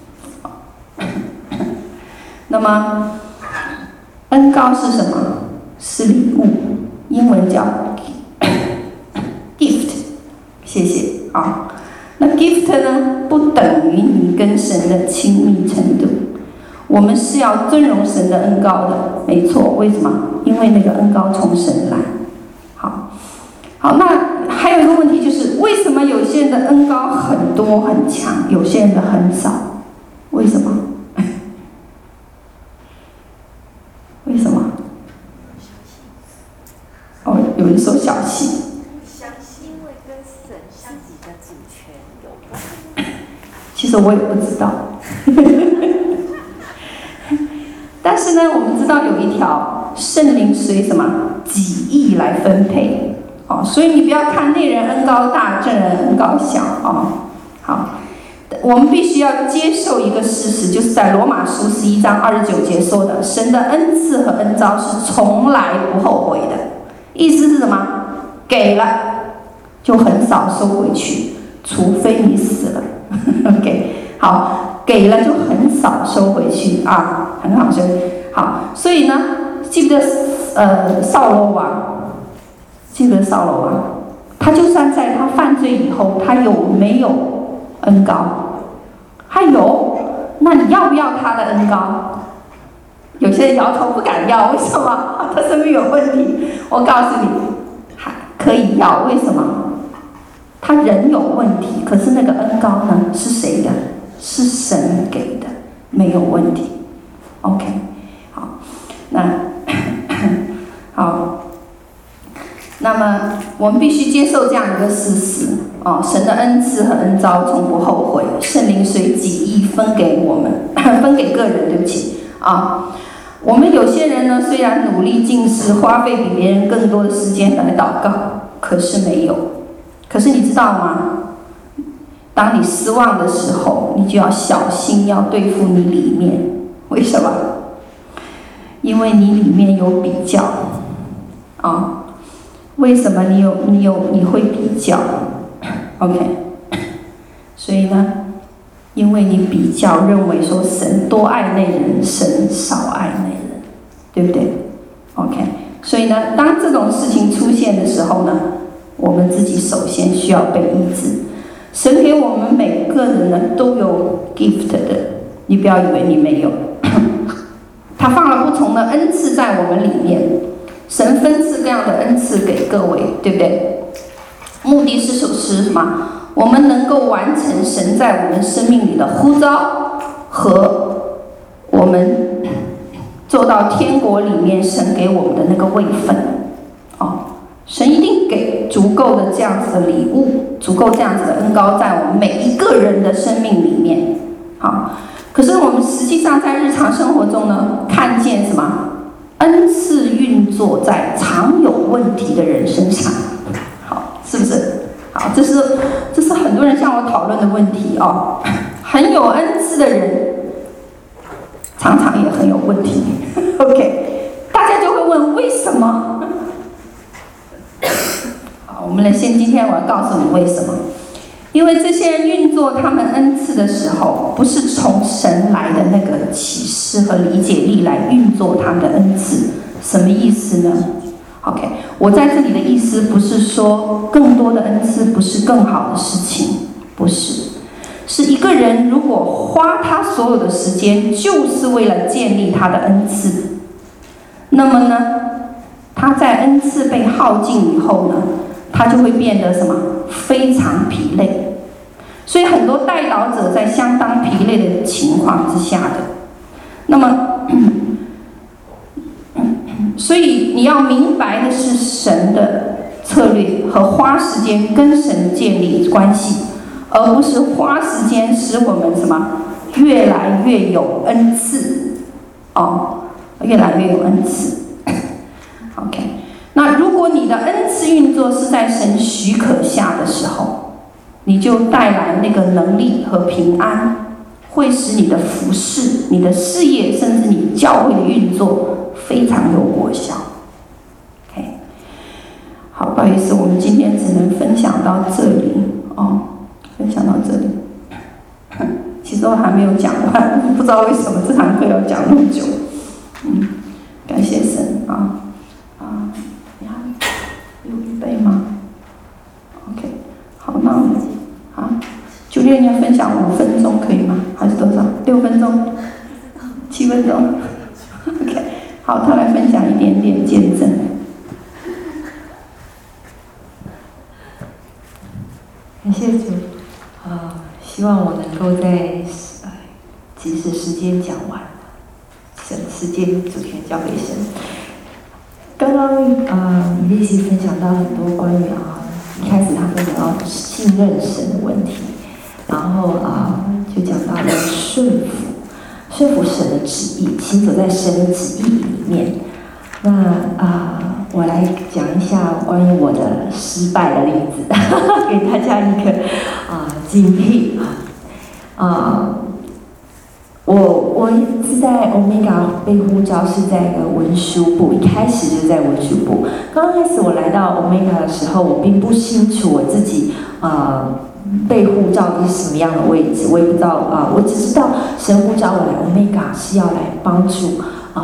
那么恩膏是什么？是礼物，英文叫 gift， 谢谢啊。那 gift 呢不等于你跟神的亲密程度，我们是要尊荣神的恩膏的，没错。为什么？因为那个恩膏从神来。好，那还有一个问题就是，为什么有些人的恩膏很多很强，有些人的很少？为什么？为什么？哦，有人说小气。 因为跟神自己的主权有关。 其实我也不知道。但是呢，我们知道有一条圣灵随什么己意来分配，哦，所以你不要看那人恩膏大，这人恩膏小，哦，好，我们必须要接受一个事实，就是在罗马书11章29节说的，神的恩赐和恩召是从来不后悔的，意思是什么？给了就很少收回去，除非你死了。OK， 好，给了就很少收回去啊，很好，好，所以呢，记得扫罗王，他就算在他犯罪以后，他有没有恩膏？他有，那你要不要他的恩膏？有些人摇头不敢要，为什么？他生命有问题。我告诉你，还可以要，为什么？他人有问题，可是那个恩膏呢？是谁的？是神给的，没有问题。OK， 好，好，那么我们必须接受这样一个事实哦，神的恩赐和恩召从不后悔，圣灵随己意分给我们，分给个人，对不起啊。我们有些人呢，虽然努力进食，花费比别人更多的时间来祷告，可是没有。可是你知道吗？当你失望的时候，你就要小心，要对付你里面。为什么？因为你里面有比较啊。为什么你会比较 ？OK， 所以呢，因为你比较认为说神多爱那人，神少爱那人，对不对 ？OK， 所以呢，当这种事情出现的时候呢，我们自己首先需要被医治。神给我们每个人呢都有 gift 的，你不要以为你没有。他放了不同的恩赐在我们里面，神分赐各样的恩赐给各位，对不对？目的是什么？我们能够完成神在我们生命里的呼召，和我们做到天国里面神给我们的那个位分。哦，神一定给足够的这样子的礼物，足够这样子的恩膏在我们每一个人的生命里面。好，可是我们实际上在日常生活中呢，看见什么？恩赐运作在常有问题的人身上。好，是不是？好，这是很多人向我讨论的问题哦。很有恩赐的人，常常也很有问题。OK， 大家就会问为什么？好，我们来今天我要告诉你为什么。因为这些人运作他们恩赐的时候，不是从神来的那个启示和理解力来运作他们的恩赐。什么意思呢？ OK， 我在这里的意思不是说更多的恩赐不是更好的事情，不是，是一个人如果花他所有的时间就是为了建立他的恩赐，那么呢，他在恩赐被耗尽以后呢，他就会变得什么？非常疲累。所以很多代祷者在相当疲累的情况之下的，那么所以你要明白的是神的策略和花时间跟神建立关系，而不是花时间使我们什么越来越有恩赐哦，越来越有恩赐。OK， 那如果你的恩赐运作是在神许可下的时候，你就带来那个能力和平安，会使你的服事、你的事业，甚至你教会的运作非常有果效。OK， 好，不好意思，我们今天只能分享到这里哦，分享到这里。其实我还没有讲完，不知道为什么这堂课要讲那么久。感谢神啊！你还有预备吗 ？OK， 好，那我们就练要分享5分钟可以吗？还是多少？6分钟？7分钟 ？OK， 好，他来分享一点点见证。 感谢主，希望我能够在及时时间讲完，省时间主权交给神。刚刚Lizzy分享到很多关于一开始他分享到信任神的问题，然后就讲到了顺服神的旨意，行走在神的旨意里面。那我来讲一下关于我的失败的例子，给大家一个警惕我是在 Omega 被呼召是在一个文书部，一开始就是在文书部。刚开始我来到 Omega 的时候，我并不清楚我自己被呼召的是什么样的位置，我也不知道我只知道神呼召我来 Omega 是要来帮助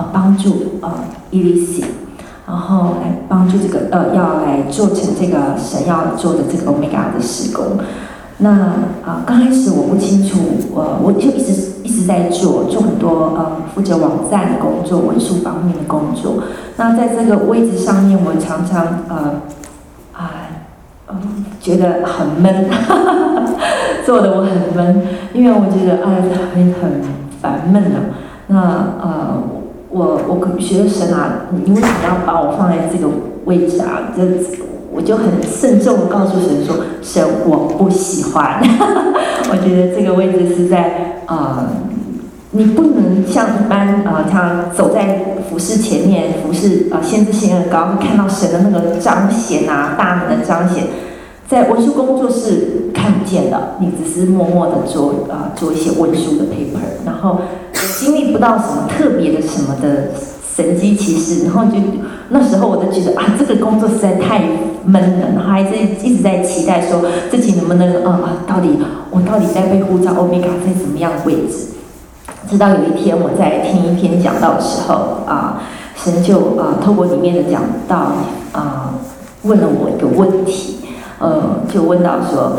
Elise， 然后来帮助这个要来做成这个神要做的这个 Omega 的事工。那刚开始我不清楚，我就一直在做很多负责网站的工作、文书方面的工作。那在这个位置上面，我常常觉得很闷，做的我很闷，因为我觉得很烦闷啊。那我觉得神你为什么要把我放在这个位置啊？我就很慎重地告诉神说：“神，我不喜欢。”我觉得这个位置是在你不能像一般像走在服饰前面，服饰先知性很高，会看到神的那个彰显大能的彰显。在文书工作是看不见的，你只是默默地做一些文书的 paper， 然后经历不到什么特别的什么的神迹奇事，然后那时候我就觉得这个工作实在太闷了，然后还是一直在期待说自己能不能我到底在被呼召 Omega 在什么样的位置？直到有一天我在听一篇讲道的时候神就透过里面的讲道问了我一个问题，就问到说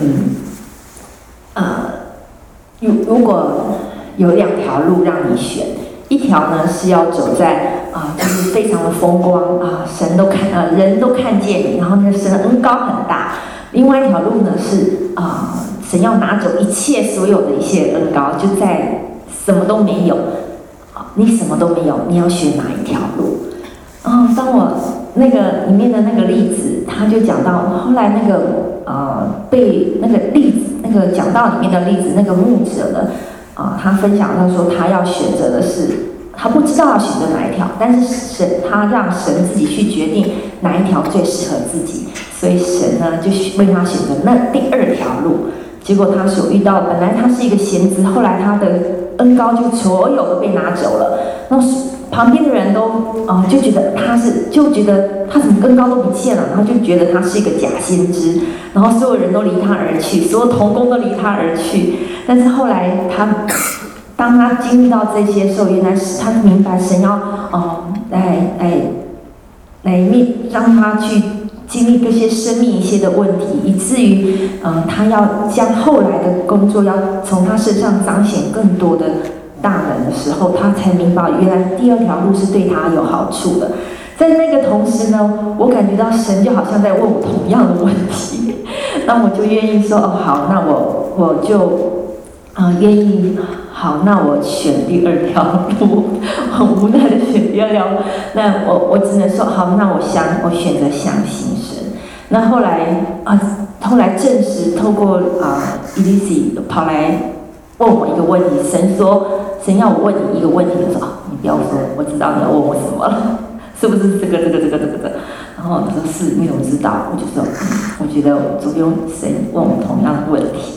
如果有2条路让你选，一条呢是要走在就是非常的风光神都人都看见你，然后呢神的恩膏很大。另外一条路呢是神要拿走一切所有的一些恩膏，就在什么都没有，你什么都没有，你要选哪一条路？当我那个里面的那个例子，他就讲到后来那个被那个例子那个讲道里面的例子，那个牧者呢他分享到说他要选择的是，他不知道要选择哪一条，但是他让神自己去决定哪一条最适合自己，所以神呢就为他选择那第2条路。结果他所遇到，本来他是一个贤子，后来他的恩膏就所有都被拿走了。那旁边的人都就觉得他怎么恩膏都不见了，然后就觉得他是一个假先知，然后所有人都离他而去，所有同工都离他而去。但是后来当他经历到这些时候，原来是他明白神要让他去经历这些生命一些的问题，以至于他要将后来的工作要从他身上彰显更多的大能的时候，他才明白原来第2条路是对他有好处的。在那个同时呢，我感觉到神就好像在问我同样的问题，那我就愿意说好，那我就愿意好，那我选第2条路，很无奈的选第2条路。那我只能说好，那我选择相信神。那后来证实，透过Elise 跑来问我一个问题，神要我问你一个问题，我说你不要说，我知道你要问我什么了，是不是这个？然后他说是，你怎么知道？我就说我觉得主用神问我同样的问题。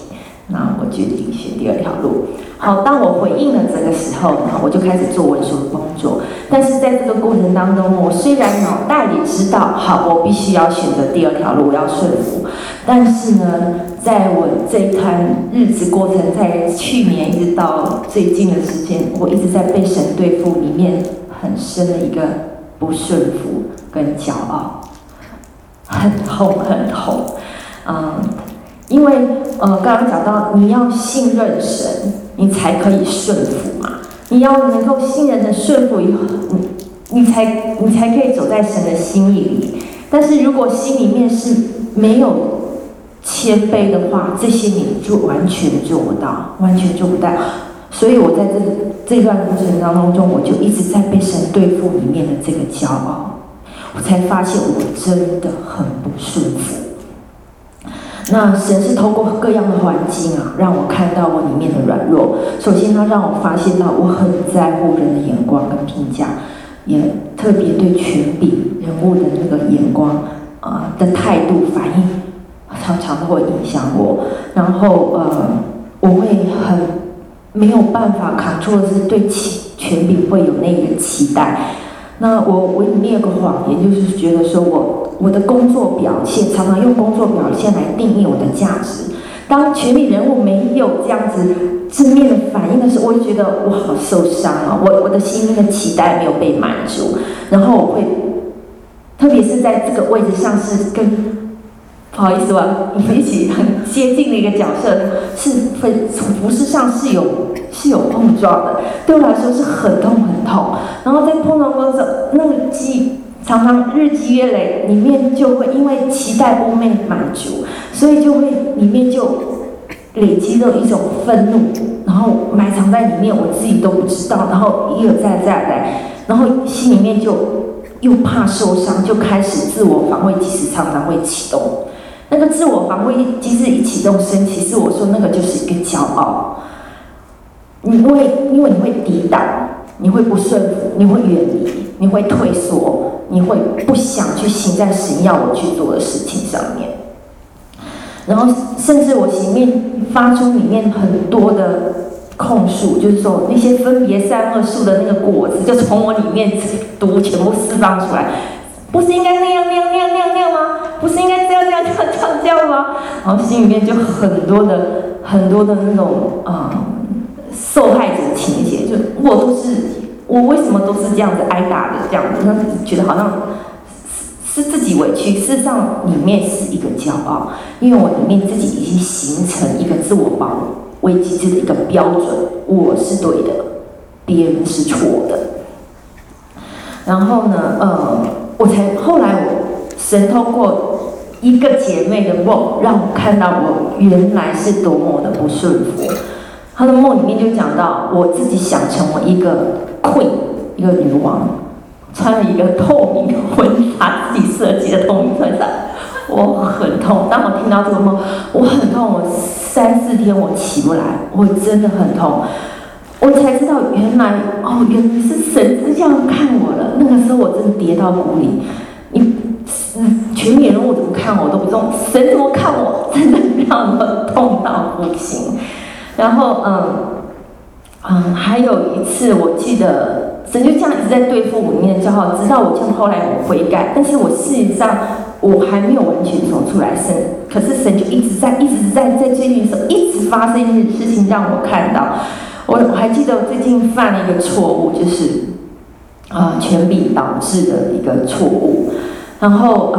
那我决定选第二条路。好，当我回应了这个时候呢，我就开始做文书的工作。但是在这个过程当中，我虽然脑袋里知道，好，我必须要选择第二条路，我要顺服。但是呢，在我这一段日子过程，在去年一直到最近的时间，我一直在被神对付里面很深的一个不顺服跟骄傲，很痛很痛。因为刚刚讲到，你要信任神，你才可以顺服嘛。你要能够信任神、顺服以后，你才可以走在神的心意里。但是如果心里面是没有谦卑的话，这些你就完全做不到，完全做不到。所以我在这段过程当中，我就一直在被神对付里面的这个骄傲，我才发现我真的很不顺服。那神是透过各样的环境让我看到我里面的软弱。首先，他让我发现到我很在乎人的眼光跟评价，也特别对权柄人物的那个眼光的态度反应，常常都会影响我。然后我会很没有办法control的是对权柄会有那个期待。那我里面有个谎言，就是觉得说我的工作表现常常用工作表现来定义我的价值。当权力人物没有这样子正面的反应的时候，我会觉得我好受伤我的心灵的期待没有被满足。然后我会，特别是在这个位置上是跟，不好意思你们一起很接近的一个角色，是服事上是有碰撞的，对我来说是很痛很痛。然后在碰撞过程，那个常常日积月累，里面就会因为期待不被满足，所以就会里面就累积了一种愤怒，然后埋藏在里面，我自己都不知道，然后一而再来，然后心里面就又怕受伤，就开始自我防卫机制常常会启动。那个自我防卫机制一启动升起，是我说那个就是一个骄傲。因为你会抵挡，你会不顺服，你会远离，你会退缩，你会不想去行在神要我去做的事情上面。然后甚至我里面发出里面很多的控诉，就是说那些分别善恶树的那个果子，就从我里面毒全部释放出来。不是应该那样吗？不是应该这样吗？然后心里面就很多的那种受害者情节，就我为什么都是这样子挨打的这样子，觉得好像是自己委屈，事实上里面是一个骄傲，因为我里面自己已经形成一个自我保卫机制的一个标准，我是对的，别人是错的。然后呢，后来神透过一个姐妹的梦，让我看到我原来是多么的不顺服。她的梦里面就讲到，我自己想成为一个 queen， 一个女王，穿了一个透明的婚纱，自己设计的透明婚纱，我很痛。当我听到这个梦，我很痛，我3-4天我起不来，我真的很痛。我才知道原来是神是这样看我的。那个时候我真的跌到谷里，全体人物怎么看我都不中，神怎么看我，真的让我痛到不行。然后还有一次我记得神就这样一直在对付我里面的骄傲，直到我后来我悔改，但是我事实上我还没有完全走出来。可是神就一直在最近的时候一直发生一件事情让我看到。我还记得我最近犯了一个错误，就是权柄导致的一个错误。然后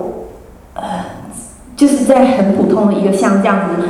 就是在很普通的一个像这样子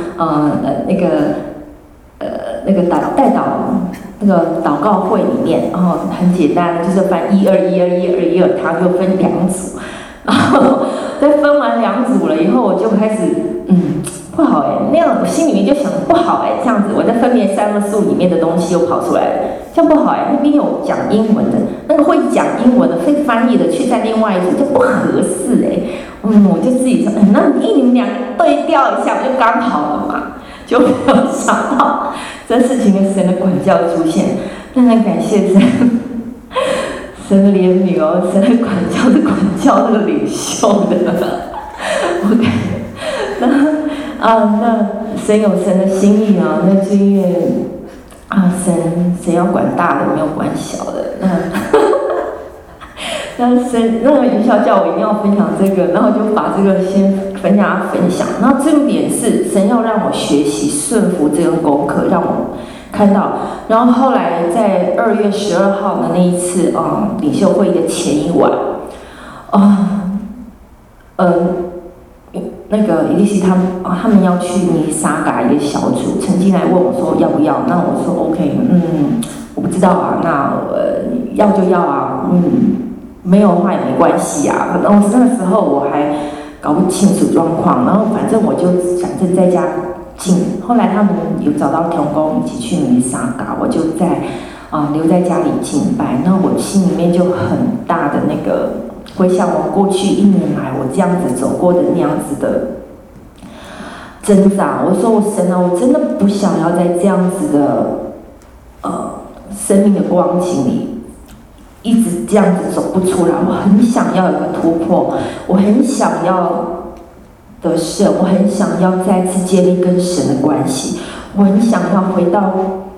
那个祷告会里面，然后很简单的就是分1-2-1-2-1-2-1-2，它就分2组。然后在分完2组了以后，我就开始不好那样我心里面就想不好这样子我在分别善恶树里面的东西又跑出来了，这样不好那边有讲英文的，那个会讲英文的会翻译的却在另外一组，就不合适我就自己说那你们2个对调一下不就刚好了嘛，就没有想到这事情的神的管教出现。那很感谢神，神的怜悯神的管教那个领袖的OK。那神有神的心意啊，那是因为神要管大的，没有管小的。那个云霄叫我一定要分享这个，然后就把这个先分享。然后重点是神要让我学习顺服这个功课，让我看到。然后后来在2月12号的那一次领袖会的前一晚，那个伊利西他们要去尼撒嘎一个小组，曾经来问我说要不要，那我说 OK， 我不知道啊，那要就要啊，没有的话也没关系啊。然后那个时候我还搞不清楚状况，然后反正在家静。后来他们有找到同工一起去尼撒嘎，我就留在家里敬拜。那我心里面就很大的那个回想我过去1年来我这样子走过的那样子的挣扎。我说我神啊，我真的不想要在这样子的生命的光景里一直这样子走不出来。我很想要有个突破，我很想要得胜，我很想要再次建立跟神的关系，我很想要回到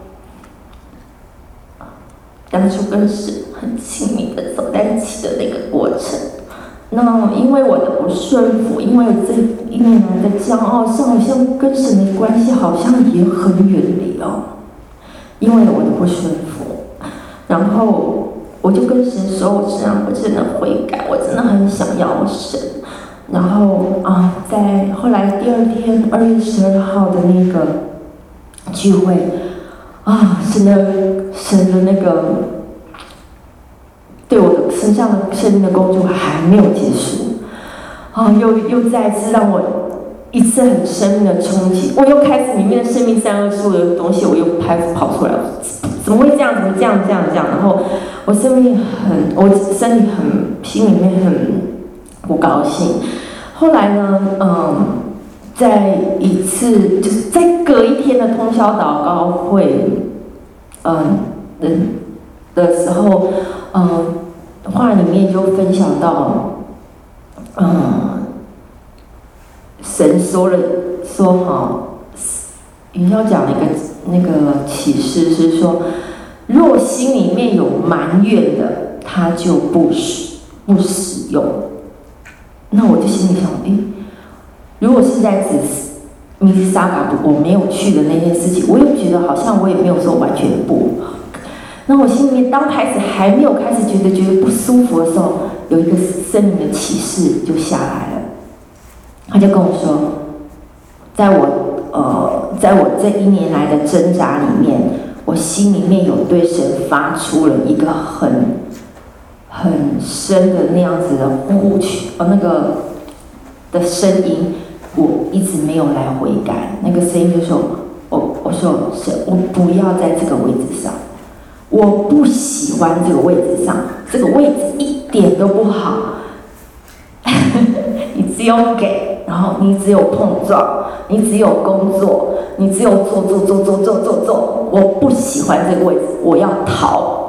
当初跟神很亲密的走在一起的那个过程。那因为我的不顺服，因为这1年来的骄傲，好像跟神的关系好像也很远离哦。因为我的不顺服，然后我就跟神说，我真的悔改，我真的很想要神。然后在后来第2天2月12号的那个聚会神的那个对我的身上的生命的工作还没有结束又再次让我一次很生命的冲击。我又开始里面的生命32书的东西，我又开始跑出来，怎么会这样？怎么这样？然后我身体心里面很不高兴。后来呢，在一次就是在隔一天的通宵祷告会，的时候，话里面就分享到，神说云霄讲了那个启示是说，若心里面有埋怨的，他就不使用。那我就心里想，如果是在指尼撒嘎我没有去的那件事情，我也觉得好像我也没有说完全不。那我心里面还没有开始觉得不舒服的时候，有一个圣灵的启示就下来了。他就跟我说，在我这1年来的挣扎里面，我心里面有对神发出了一个很深的那样子的呼求，那个的声音，我一直没有来悔改。那个声音就说，我说神，我不要在这个位置上，我不喜欢这个位置上，这个位置一点都不好。你只有给，然后你只有碰撞，你只有工作，你只有做，我不喜欢这个位置，我要逃。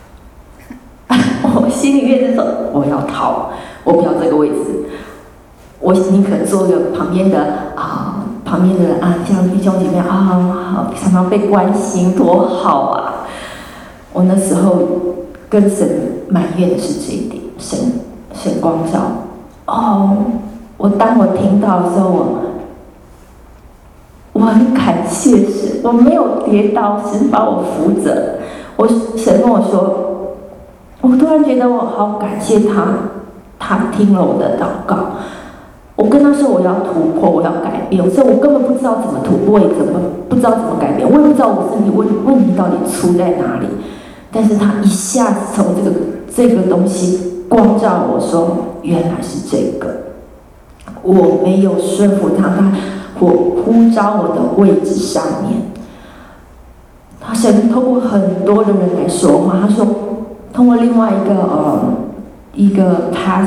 我心里面就说，我要逃，我不要这个位置，我宁可做个旁边的人像弟兄姐妹常常被关心，多好啊！我那时候跟神埋怨的是这一点，神光照。当我听到的时候，我很感谢神，我没有跌倒，神把我扶着。神跟我说，我突然觉得我好感谢他听了我的祷告。我跟他说我要突破，我要改变，所以我根本不知道怎么突破，也不知道怎么改变，我也不知道我身体问题到底出在哪里。但是他一下子从这个东西光照我说，原来是这个。我没有顺服他呼召我的位置上面。神通过很多的人来说话，他说通过另外一个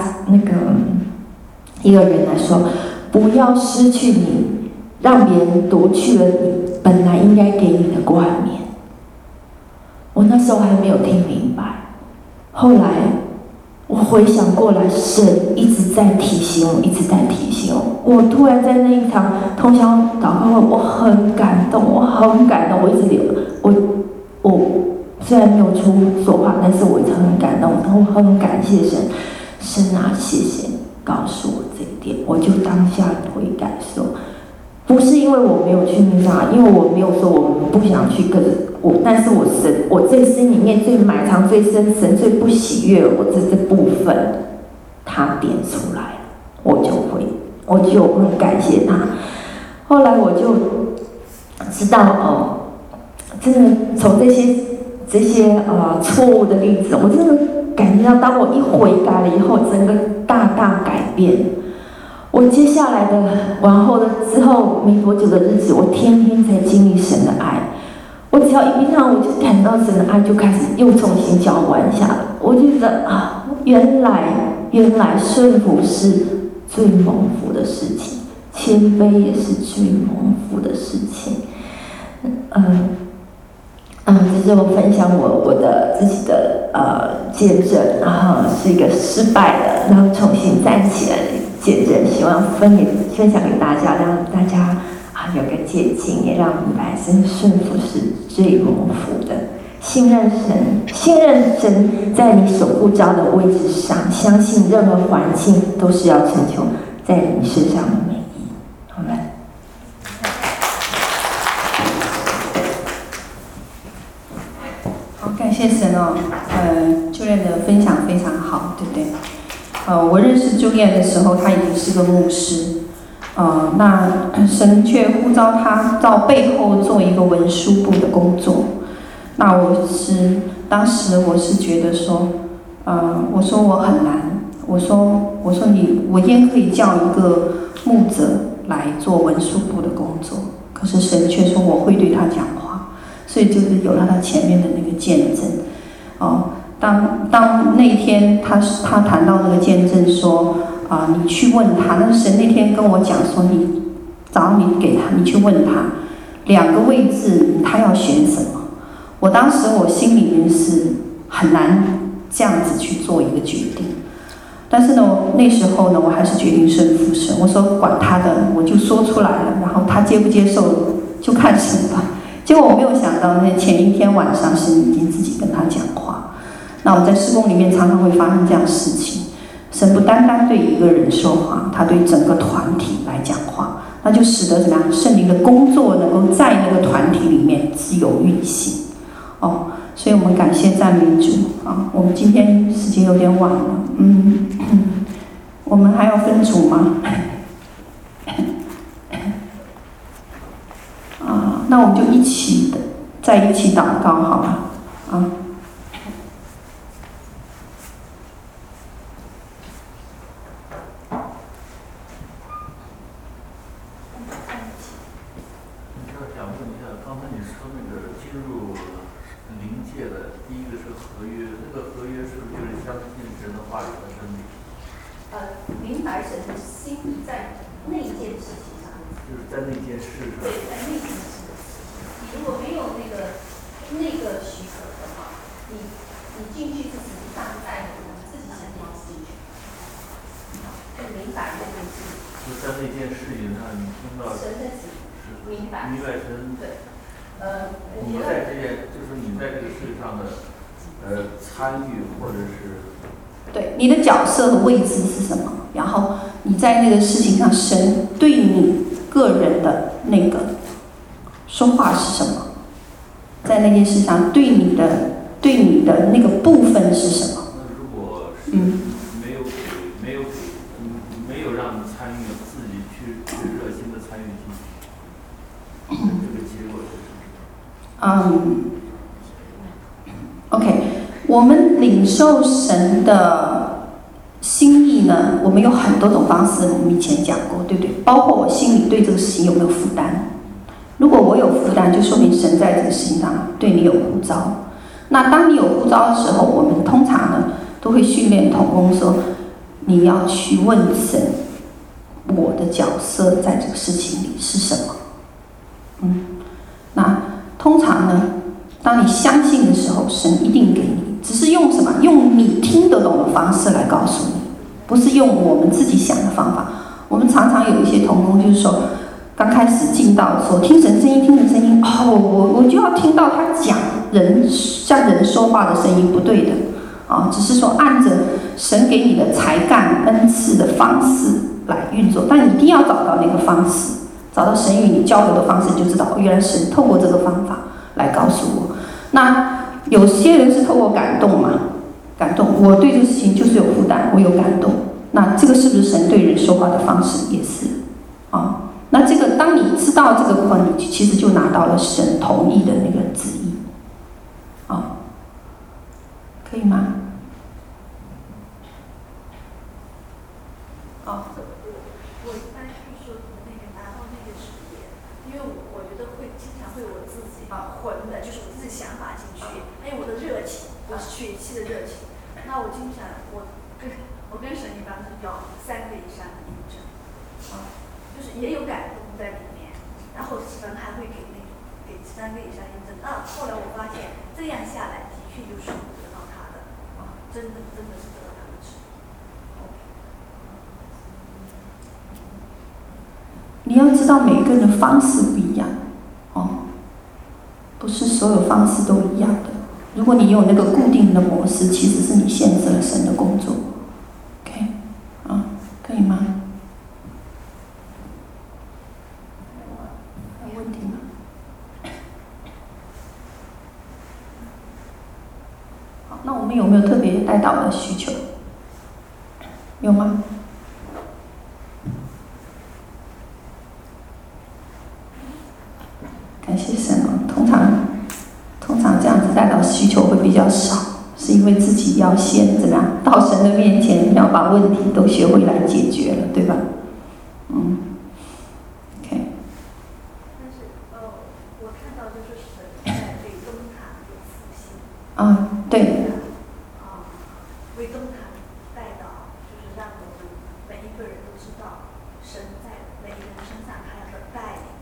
人来说，不要失去你，让别人夺去了你本来应该给你的冠冕。我那时候还没有听明白，后来我回想过来，神一直在提醒我， 我突然在那一场通宵祷告会，我很感动，我很感动，我一直流，我虽然没有出说话，但是我一直很感动，然后我很感谢神，神啊，谢谢你告诉我这一点，我就当下悔改说，不是因为我没有去那啥，因为我没有说我不想去，可是但是我这心里面最埋藏最深，神最不喜悦我这部分，他点出来了，我就很感谢他。后来我就知道真的从这些错误的例子，我真的感觉到，当我一悔改了以后，整个大改变。我接下来的往后的之后没多久的日子，我天天在经历神的爱。我只要一闭上，我就感到神的爱就开始又重新浇灌下了。我就觉得原来顺服是最蒙福的事情，谦卑也是最蒙福的事情。这是我分享我的自己的见证，然后是一个失败的，然后重新站起来的见证，希望分享给大家，让大家有个借鉴，也让明白真顺服是最蒙福的。信任神在你所呼召的位置上，相信任何环境都是要成就在你身上的美意。好吗？ 好，感谢神哦。Julian 的分享非常好，对不对？我认识 Julian 的时候，他已经是个牧师。那神却呼召他到背后做一个文书部的工作。那当时我是觉得说，我说我很难，我说我也可以叫一个牧者来做文书部的工作，可是神却说我会对他讲话，所以就是有了他前面的那个见证。当那天他谈到那个见证说，你去问他，但是神那天跟我讲说，你给他，你去问他2个位置他要选什么。我当时我心里面是很难这样子去做一个决定，但是呢，那时候呢，我还是决定顺服神。我说管他的，我就说出来了，然后他接不接受就看神吧。结果我没有想到，那前一天晚上神已经自己跟他讲话。那我们在事工里面常常会发生这样的事情，神不单单对一个人说话，他对整个团体来讲话，那就使得怎么样，圣灵的工作能够在那个团体里面自由运行。所以我们感谢赞美主啊！我们今天时间有点晚了，我们还要分组吗？那我们就在一起祷告好了啊！ 明白神的心意在那件事情上， 就是在那件事上。 对，在那件事上。你如果没有那个许可的话，你进去是实际上在自己想要进去，就明白这件事。 就在那件事情上，你听到神的旨，明白神。 对。 你在这个事上的参与或者是。 对，你的角色和位置是什么？然后你在那个事情上，神对你个人的那个说话是什么？在那件事上，对你的那个部分是什么？ 那如果是没有让你参与，自己去热心的参与进去，这个结果是什么 ？OK。我们领受神的心意呢，我们有很多种方式，我们以前讲过，对不对？包括我心里对这个事情有没有负担。如果我有负担，就说明神在这个事情上对你有呼召。那当你有呼召的时候，我们通常呢都会训练同工说，你要去问神，我的角色在这个事情里是什么？那通常呢，当你相信的时候，神一定给你。只是用什么？用你听得懂的方式来告诉你，不是用我们自己想的方法。 我们常常有一些同工就是说，刚开始进到说听神声音，听神声音，我就要听到他讲人像人说话的声音，不对的啊，只是说按着神给你的才干恩赐的方式来运作，但一定要找到那个方式，找到神与你交流的方式，就知道原来神透过这个方法来告诉我。那有些人是透过感动嘛，感动，我对这个事情就是有负担，我有感动，那这个是不是神对人说话的方式？也是啊。那这个当你知道这个部分，你其实就拿到了神同意的那个旨意啊，可以吗？ 我一般是说那个拿到那个时间，因为我觉得会经常会我自己混的，就是我自己想法进去，还有我的热情，我是血气的热情。那我经常我跟神一般是要3个以上的印证，就是也有感动在里面，然后神还会给3个以上印证。那后来我发现这样下来的确就是得到他的真的是得到他的旨意。 你要知道每个人的方式不一样，不是所有方式都一样的。如果你有那个固定的模式，其实是你限制了神的工作。OK， 可以吗？有问题吗？好，那我们有没有特别带到的需求？有吗？感谢神哦，通常这样子带到需求会比较少，是因为自己要先怎么样到神的面前，要把问题都学会来解决了，对吧？OK。 但是我看到就是神在为东堂有复兴。 对。 为东堂带到，就是让我们每一个人都知道神在每一个人身上他的带领。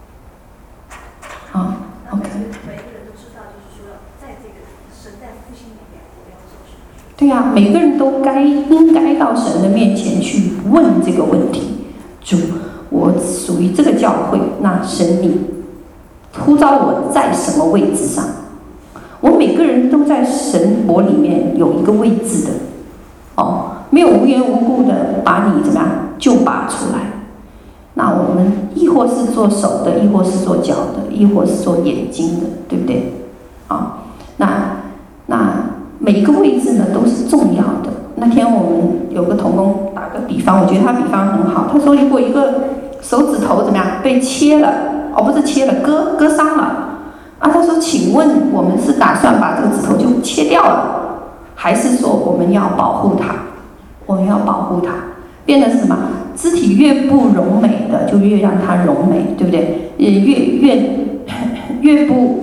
OK。 每个人都知道，就是说，在这个神在复兴里面，我要做什么？ 对呀，每个人都应该到神的面前去问这个问题。主，我属于这个教会，那神你呼召我在什么位置上？我每个人都在神国里面有一个位置的，没有无缘无故的把你怎么样就拔出来。那我们亦或是做手的，亦或是做脚的，亦或是做眼睛的，对不对？那每一个位置呢都是重要的。那天我们有个同工打个比方，我觉得他比方很好。他说，如果一个手指头怎么样被切了，不是切了，割伤了他说，请问我们是打算把这个指头就切掉了，还是说我们要保护它？我们要保护它，变成什么？肢体越不柔美的，就越让它柔美，对不对？越不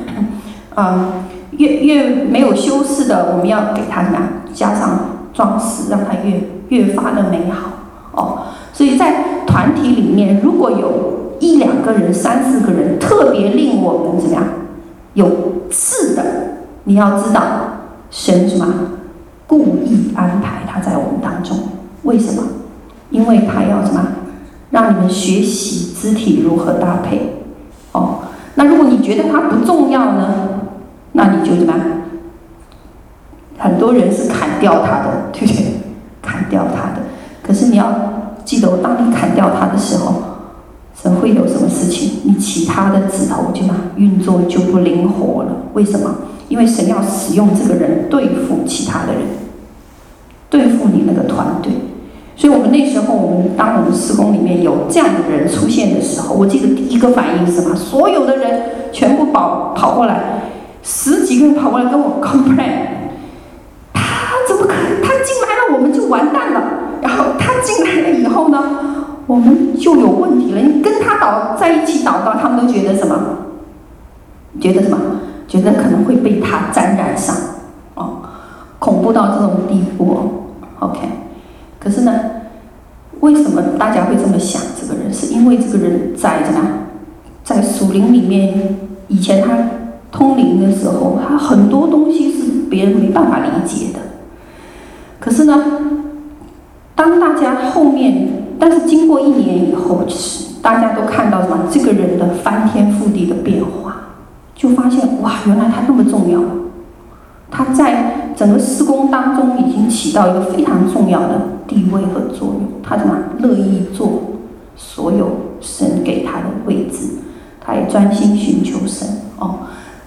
越没有修饰的，我们要给它什么？加上装饰，让它越发的美好所以在团体里面，如果有1、2个人、3、4个人，特别令我们怎么样有刺的，你要知道，神什么故意安排他在我们当中？为什么？因为他要什么？让你们学习肢体如何搭配。那如果你觉得它不重要呢，那你就怎么样？很多人是砍掉它的，对不对？砍掉它的。可是你要记得，当你砍掉它的时候，神会有什么事情？你其他的指头就运作就不灵活了。为什么？因为神要使用这个人对付其他的人，对付你那个团队。所以我们那时候，当我们事工里面有这样的人出现的时候，我记得第一个反应是什么？所有的人全部跑过来，10几个人跑过来跟我 complain， 他怎么可能？他进来了我们就完蛋了。然后他进来了以后呢，我们就有问题了。你跟他在一起祷告，他们都觉得什么？觉得什么？觉得可能会被他沾染上，恐怖到这种地步OK。可是呢，为什么大家会这么想？这个人是因为这个人在怎么样，在属灵里面，以前他通灵的时候，他很多东西是别人没办法理解的。可是呢，当但是经过1年以后，大家都看到什么？这个人的翻天覆地的变化，就发现哇，原来他那么重要，他在整个施工当中已经起到一个非常重要的地位和作用。他怎么乐意做所有神给他的位置，他也专心寻求神哦。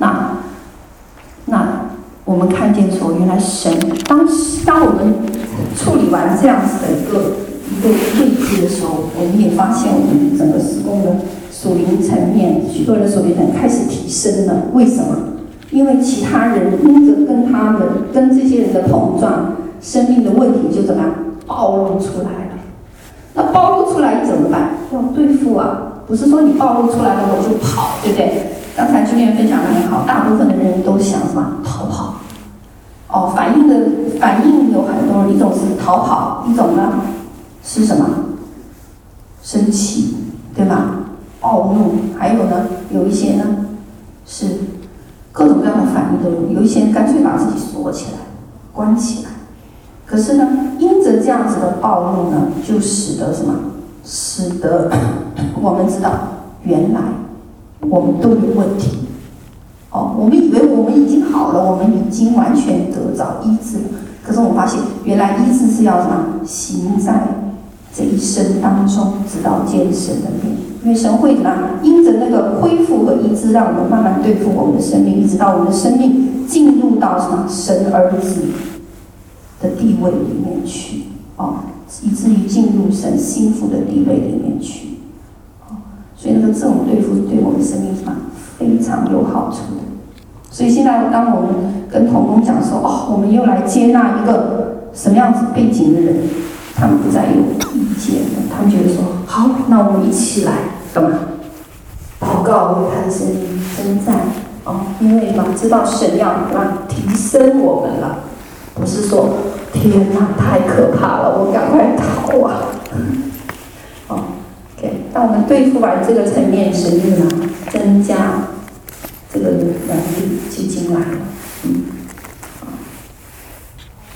那我们看见说，原来神当我们处理完这样子的一个位置的时候，我们也发现我们整个施工的属灵层面，许多人的属灵层面开始提升了。为什么？因为其他人因着跟这些人的碰撞，生命的问题就怎么样暴露出来了。那暴露出来怎么办？要对付啊！不是说你暴露出来了我就跑，对不对？刚才朱念分享的很好，大部分的人都想什么？逃跑。哦，反应有很多，一种是逃跑，一种呢是什么？生气，对吧？暴怒，还有呢，有一些呢是各种各样的反应都有，有一些人干脆把自己锁起来，关起来。可是呢，因着这样子的暴怒呢，就使得什么？使得我们知道，原来我们都有问题。哦，我们以为我们已经好了，我们已经完全得着医治了。可是我们发现，原来医治是要什么？行在这一生当中，直到见神的面。因为神会怎么样？因着那个恢复和医治，让我们慢慢对付我们的生命，一直到我们的生命进入到什么神儿子的地位里面去。哦，以至于进入神幸福的地位里面去。所以这种对付对我们生命是非常有好处的。所以现在当我们跟同工讲说，哦，我们又来接纳一个什么样子背景的人，他们不再有意见了，他们觉得说，好，那我们一起来干嘛？祷告为他的生命征战哦，因为嘛，知道神要提升我们了，不是说天哪，太可怕了，我赶快逃啊！哦。当我们对付完这个层面，神就增加这个能力就进来了。